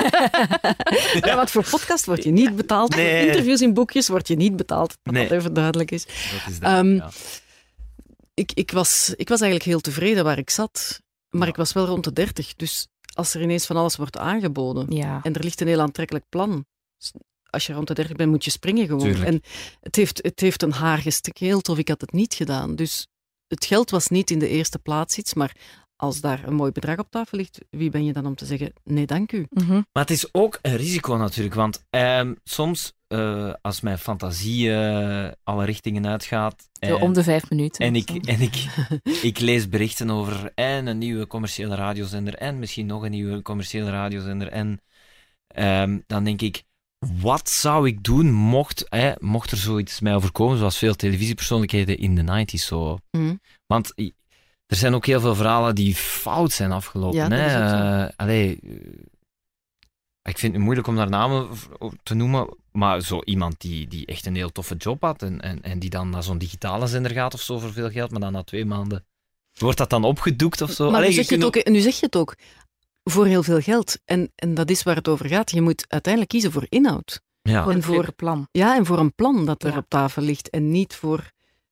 Ja, want voor podcast word je niet betaald. Nee. Voor interviews in boekjes word je niet betaald. Dat Nee. dat even duidelijk is. Dat is dat, Ehm, ja. Ik, ik, was, ik was eigenlijk heel tevreden waar ik zat. Maar Ja. ik was wel rond de dertig. Dus als er ineens van alles wordt aangeboden Ja. en er ligt een heel aantrekkelijk plan. Als je rond de dertig bent, moet je springen gewoon. Tuurlijk. En het heeft, het heeft een haar gestekeeld of ik had het niet gedaan. Dus het geld was niet in de eerste plaats iets, maar als daar een mooi bedrag op tafel ligt, wie ben je dan om te zeggen, nee, dank u. Mhm. Maar het is ook een risico natuurlijk, want ehm, soms eh, als mijn fantasie eh, alle richtingen uitgaat Zo en, om de vijf minuten. en, of ik, zo. en ik, ik lees berichten over en een nieuwe commerciële radiozender en misschien nog een nieuwe commerciële radiozender en ehm, dan denk ik, wat zou ik doen mocht, eh, mocht er zoiets mij overkomen, zoals veel televisiepersoonlijkheden in de negentig zo. Mhm. Want i- er zijn ook heel veel verhalen die fout zijn afgelopen. Ja, dat hè. is ook zo. Eh, allee, eh, ik vind het moeilijk om daar namen v- te noemen, maar zo iemand die, die echt een heel toffe job had en, en, en die dan naar zo'n digitale zender gaat of zo voor veel geld, maar dan na twee maanden wordt dat dan opgedoekt of zo. Maar Allee, nu, zeg je kunt het ook, nu zeg je het ook, voor heel veel geld. En, en dat is waar het over gaat. Je moet uiteindelijk kiezen voor inhoud. Ja. Voor en het voor- leuke plan. Ja, en voor een plan dat er Ja. op tafel ligt. En niet voor...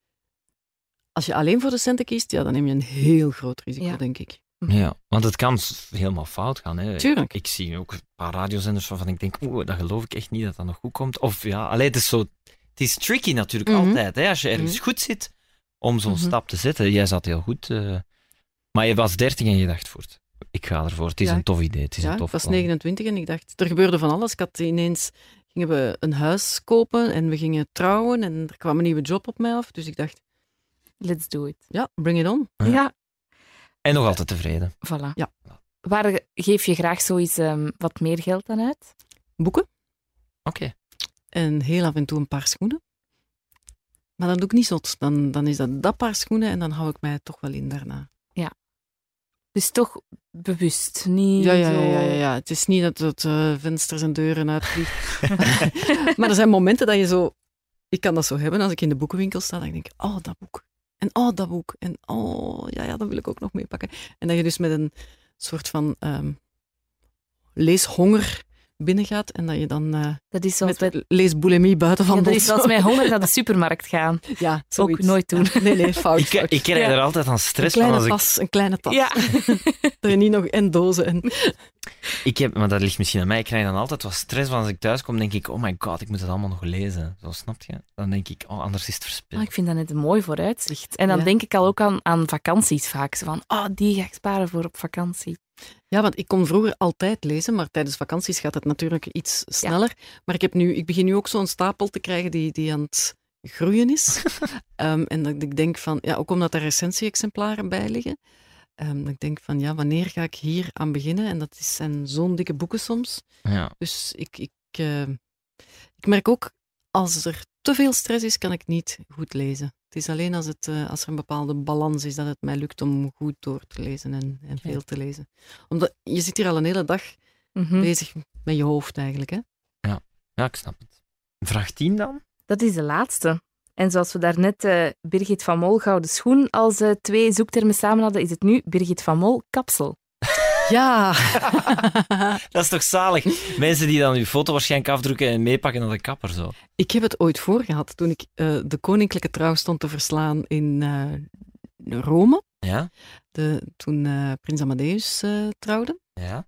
Als je alleen voor de centen kiest, ja, dan neem je een heel groot risico, Ja. denk ik. Ja, want het kan s- helemaal fout gaan. Hè. Tuurlijk. Ik zie ook een paar radiozenders waarvan ik denk, oeh, dat geloof ik echt niet dat dat nog goed komt. Of ja, allee, het is zo... Het is tricky natuurlijk Mhm. altijd, hè, als je ergens Mhm. goed zit, om zo'n Mhm. stap te zetten. Jij zat heel goed, eh, maar je was dertig en je dacht voort. Ik ga ervoor, het is Ja. een tof idee, het is Ja, een ik tof was plan. negenentwintig en ik dacht, er gebeurde van alles. Ik had ineens gingen we een huis kopen en we gingen trouwen en er kwam een nieuwe job op mij af. Dus ik dacht, Let's do it. ja, bring it on. Ja. Ja, En nog altijd tevreden. voilà. Ja. Waar geef je graag zoiets um, wat meer geld aan uit? Boeken Oké. en heel af en toe een paar schoenen. Maar dat doe ik niet zot. Dan, dan is dat dat paar schoenen en dan hou ik mij toch wel in daarna. Dus toch bewust, niet Ja, ja, zo... ja, ja, ja, ja. Het is niet dat het uh, vensters en deuren uitvliegt. Maar er zijn momenten dat je zo... Ik kan dat zo hebben als ik in de boekenwinkel sta. Dan denk ik, oh, dat boek. En oh, dat boek. En oh, ja, ja, dat wil ik ook nog meepakken. En dat je dus met een soort van um, leeshonger binnengaat. En dat je dan uh, Dat is zoals met bij... leesbulimie buiten van Ja, dat bos. is zoals mijn honger naar de supermarkt gaan. Ja, Ook zoiets. nooit doen. Ja, nee, nee, fout. Ik, fout. ik krijg Ja. er altijd aan Een stress van. kleine Als ik, tas, een kleine tas. Ja. Dat je niet nog en dozen en... ik heb, maar dat ligt misschien aan mij. Ik krijg dan altijd wat stress van als ik thuis kom. denk ik, oh my god, ik moet het allemaal nog lezen. Zo, snap je? Dan denk ik, oh, anders is het verspild. Ah, ik vind dat net een mooi vooruitzicht. En dan Ja. denk ik al ook aan, aan vakanties vaak. Zo van, oh, die ga ik sparen voor op vakantie. Ja, want ik kon vroeger altijd lezen, maar tijdens vakanties gaat het natuurlijk iets sneller. Maar ik, heb nu, ik begin nu ook zo'n stapel te krijgen die, die aan het groeien is. um, en dat ik denk van, ja, ook omdat er recensie-exemplaren bij liggen, um, dat ik denk van, ja, wanneer ga ik hier aan beginnen? En dat is- zijn zo'n dikke boeken soms. Ja. Dus ik, ik, uh, ik merk ook, als er te veel stress is, kan ik niet goed lezen. Het is alleen als, het, uh, als er een bepaalde balans is, dat het mij lukt om goed door te lezen en, en veel te lezen. Omdat je zit hier al een hele dag Mhm. bezig met je hoofd eigenlijk. Hè? ja, ik snap het. Vraag tien dan? Dat is de laatste. En zoals we daarnet uh, Birgit van Mol gouden schoen als uh, twee zoektermen samen hadden, is het nu Birgit van Mol kapsel. Ja! Dat is toch zalig? Mensen die dan uw foto waarschijnlijk afdrukken en meepakken naar de kapper. Zo. Ik heb het ooit voor gehad toen ik uh, de koninklijke trouw stond te verslaan in uh, Rome. Ja? De, toen uh, prins Amadeus uh, trouwde. Ja?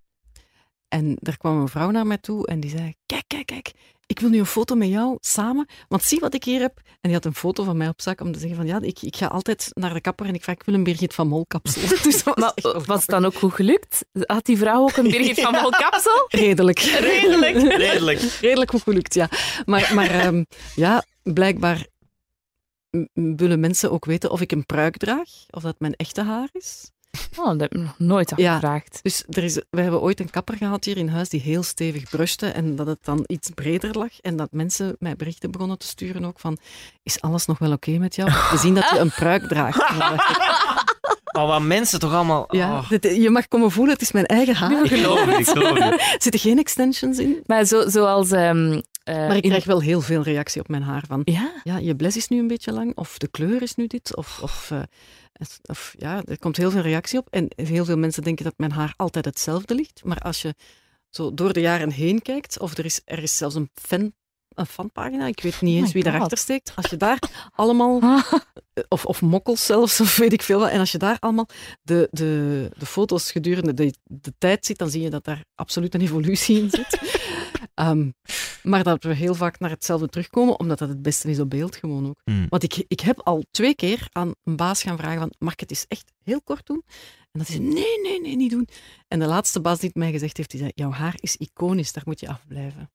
En daar kwam een vrouw naar mij toe en die zei, kijk, kijk, kijk, ik wil nu een foto met jou samen, want zie wat ik hier heb. En die had een foto van mij op zak om te zeggen van, ja, ik, ik ga altijd naar de kapper en ik vraag, ik wil een Birgit van Mol kapsel. Dus dat was Maar echt wel was het dan ook goed gelukt? Had die vrouw ook een Birgit van Mol kapsel? redelijk. Redelijk. Redelijk. Redelijk goed gelukt, ja. Maar, maar um, ja, blijkbaar m- willen mensen ook weten of ik een pruik draag, of dat mijn echte haar is. Oh, dat heb ik nog nooit Ja. afgevraagd. Dus er is, we hebben ooit een kapper gehad hier in huis die heel stevig brushte en dat het dan iets breder lag en dat mensen mij berichten begonnen te sturen ook van, is alles nog wel oké met jou? We zien dat je een pruik draagt. En dan dacht ik, Maar wat mensen toch allemaal... ja, oh. dit- je mag komen voelen, het is mijn eigen haar. Ik geloof het, ik geloof het. Er zitten geen extensions in. Maar zo, zoals... Um, uh, Maar ik in- krijg wel heel veel reactie op mijn haar van, Ja? ja, je bles is nu een beetje lang, of de kleur is nu dit, of, of, uh, of ja, er komt heel veel reactie op. En heel veel mensen denken dat mijn haar altijd hetzelfde ligt. Maar als je zo door de jaren heen kijkt, of er is, er is zelfs een fan, een fanpagina, ik weet niet Oh eens my wie God. daarachter steekt. Als je daar allemaal, of, of mokkels zelfs, of weet ik veel wat, en als je daar allemaal de, de, de foto's gedurende de, de tijd ziet, dan zie je dat daar absoluut een evolutie in zit. Um, maar dat we heel vaak naar hetzelfde terugkomen, omdat dat het beste is op beeld gewoon ook. Hmm. Want ik, ik heb al twee keer aan een baas gaan vragen van, mag ik het eens echt heel kort doen? En dat is nee, nee, nee, niet doen. En de laatste baas die het mij gezegd heeft, die zei, jouw haar is iconisch, daar moet je afblijven.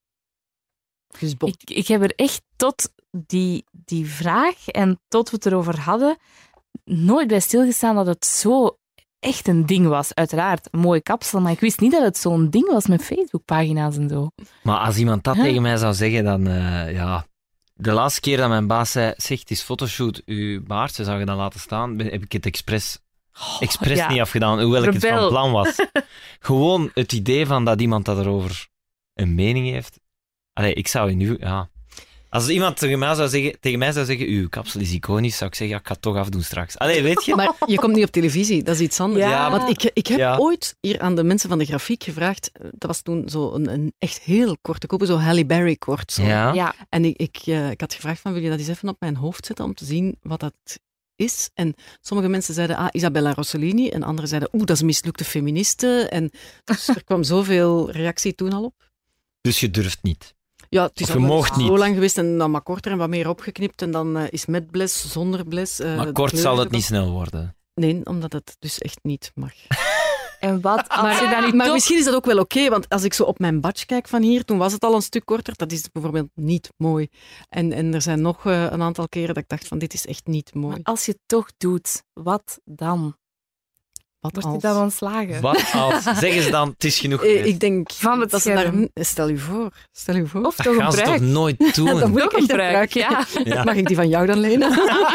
Dus bon. Ik, ik heb er echt tot die, die vraag en tot we het erover hadden, nooit bij stilgestaan dat het zo echt een ding was. Uiteraard, een mooie kapsel, maar ik wist niet dat het zo'n ding was met Facebookpagina's en zo. Maar als iemand dat Huh? tegen mij zou zeggen, dan... uh, ja... De laatste keer dat mijn baas zei, zeg, het is fotoshoot, uw baard, ze zou je dan laten staan, ben- heb ik het expres, expres ja. niet afgedaan, hoewel ik het Rebel. van plan was. Gewoon het idee van dat iemand dat erover een mening heeft. Allee, ik zou nu... Ja. Als iemand tegen mij zou zeggen, tegen mij zou zeggen uw kapsel is iconisch, zou ik zeggen, ja, ik ga het toch afdoen straks. Allee, weet je? Maar je komt niet op televisie, dat is iets anders. Ja. Want ik, ik heb Ja. ooit hier aan de mensen van de grafiek gevraagd, dat was toen zo een, een echt heel korte kopen, zo Halle Berry kort. Zo. Ja. Ja, En ik, ik, uh, ik had gevraagd van, wil je dat eens even op mijn hoofd zetten om te zien wat dat is? En sommige mensen zeiden, ah, Isabella Rossellini. En anderen zeiden, oeh, dat is een mislukte feministe. En dus er kwam zoveel reactie toen al op. Dus je durft niet. Ja, het is Of al je wel moogt zo niet. lang geweest en dan maar korter en wat meer opgeknipt. En dan uh, is met bles, zonder bles. Uh, Maar de kort kleur zal het ervan. niet snel worden. Nee, omdat het dus echt niet mag. En wat als Maar, je dat nu maar toch... misschien is dat ook wel oké, want als ik zo op mijn badge kijk van hier, toen was het al een stuk korter. Dat is bijvoorbeeld niet mooi. En, en er zijn nog uh, een aantal keren dat ik dacht van dit is echt niet mooi. Maar als je het toch doet, wat dan? Wat Wordt je als? dan ontslagen? Wat als? Zeg eens dan, het is genoeg Eh, geweest. ik denk Van het dat ze daar... scherm. Stel u voor. Stel u voor. Of Dat toch een gaan ze toch pruik? nooit doen? Dan moet Toch ik echt een pruik, ja. Ja. Mag ik die van jou dan lenen?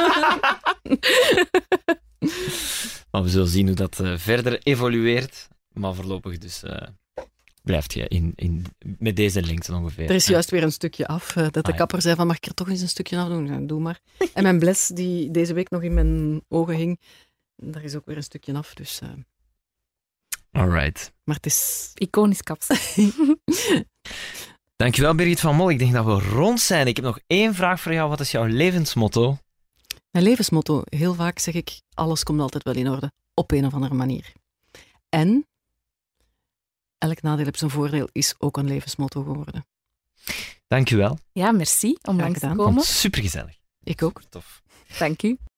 Maar we zullen zien hoe dat uh, verder evolueert. Maar voorlopig dus uh, blijft je in, in, met deze lengte ongeveer. Er is juist weer een stukje af. Uh, dat de Ah, ja. kapper zei van, mag ik er toch eens een stukje afdoen? Ja, doe maar. En mijn bles, die deze week nog in mijn ogen hing, daar is ook weer een stukje af. Dus, uh, Alright. maar het is... Iconisch kapsel. Dankjewel Birgit van Mol. Ik denk dat we rond zijn. Ik heb nog één vraag voor jou. Wat is jouw levensmotto? Mijn levensmotto, heel vaak zeg ik, alles komt altijd wel in orde. Op een of andere manier. En elk nadeel heeft zijn voordeel, is ook een levensmotto geworden. Dankjewel. Ja, merci om Graag langs te gedaan. komen. Supergezellig. Ik ook. Tof. Dank u.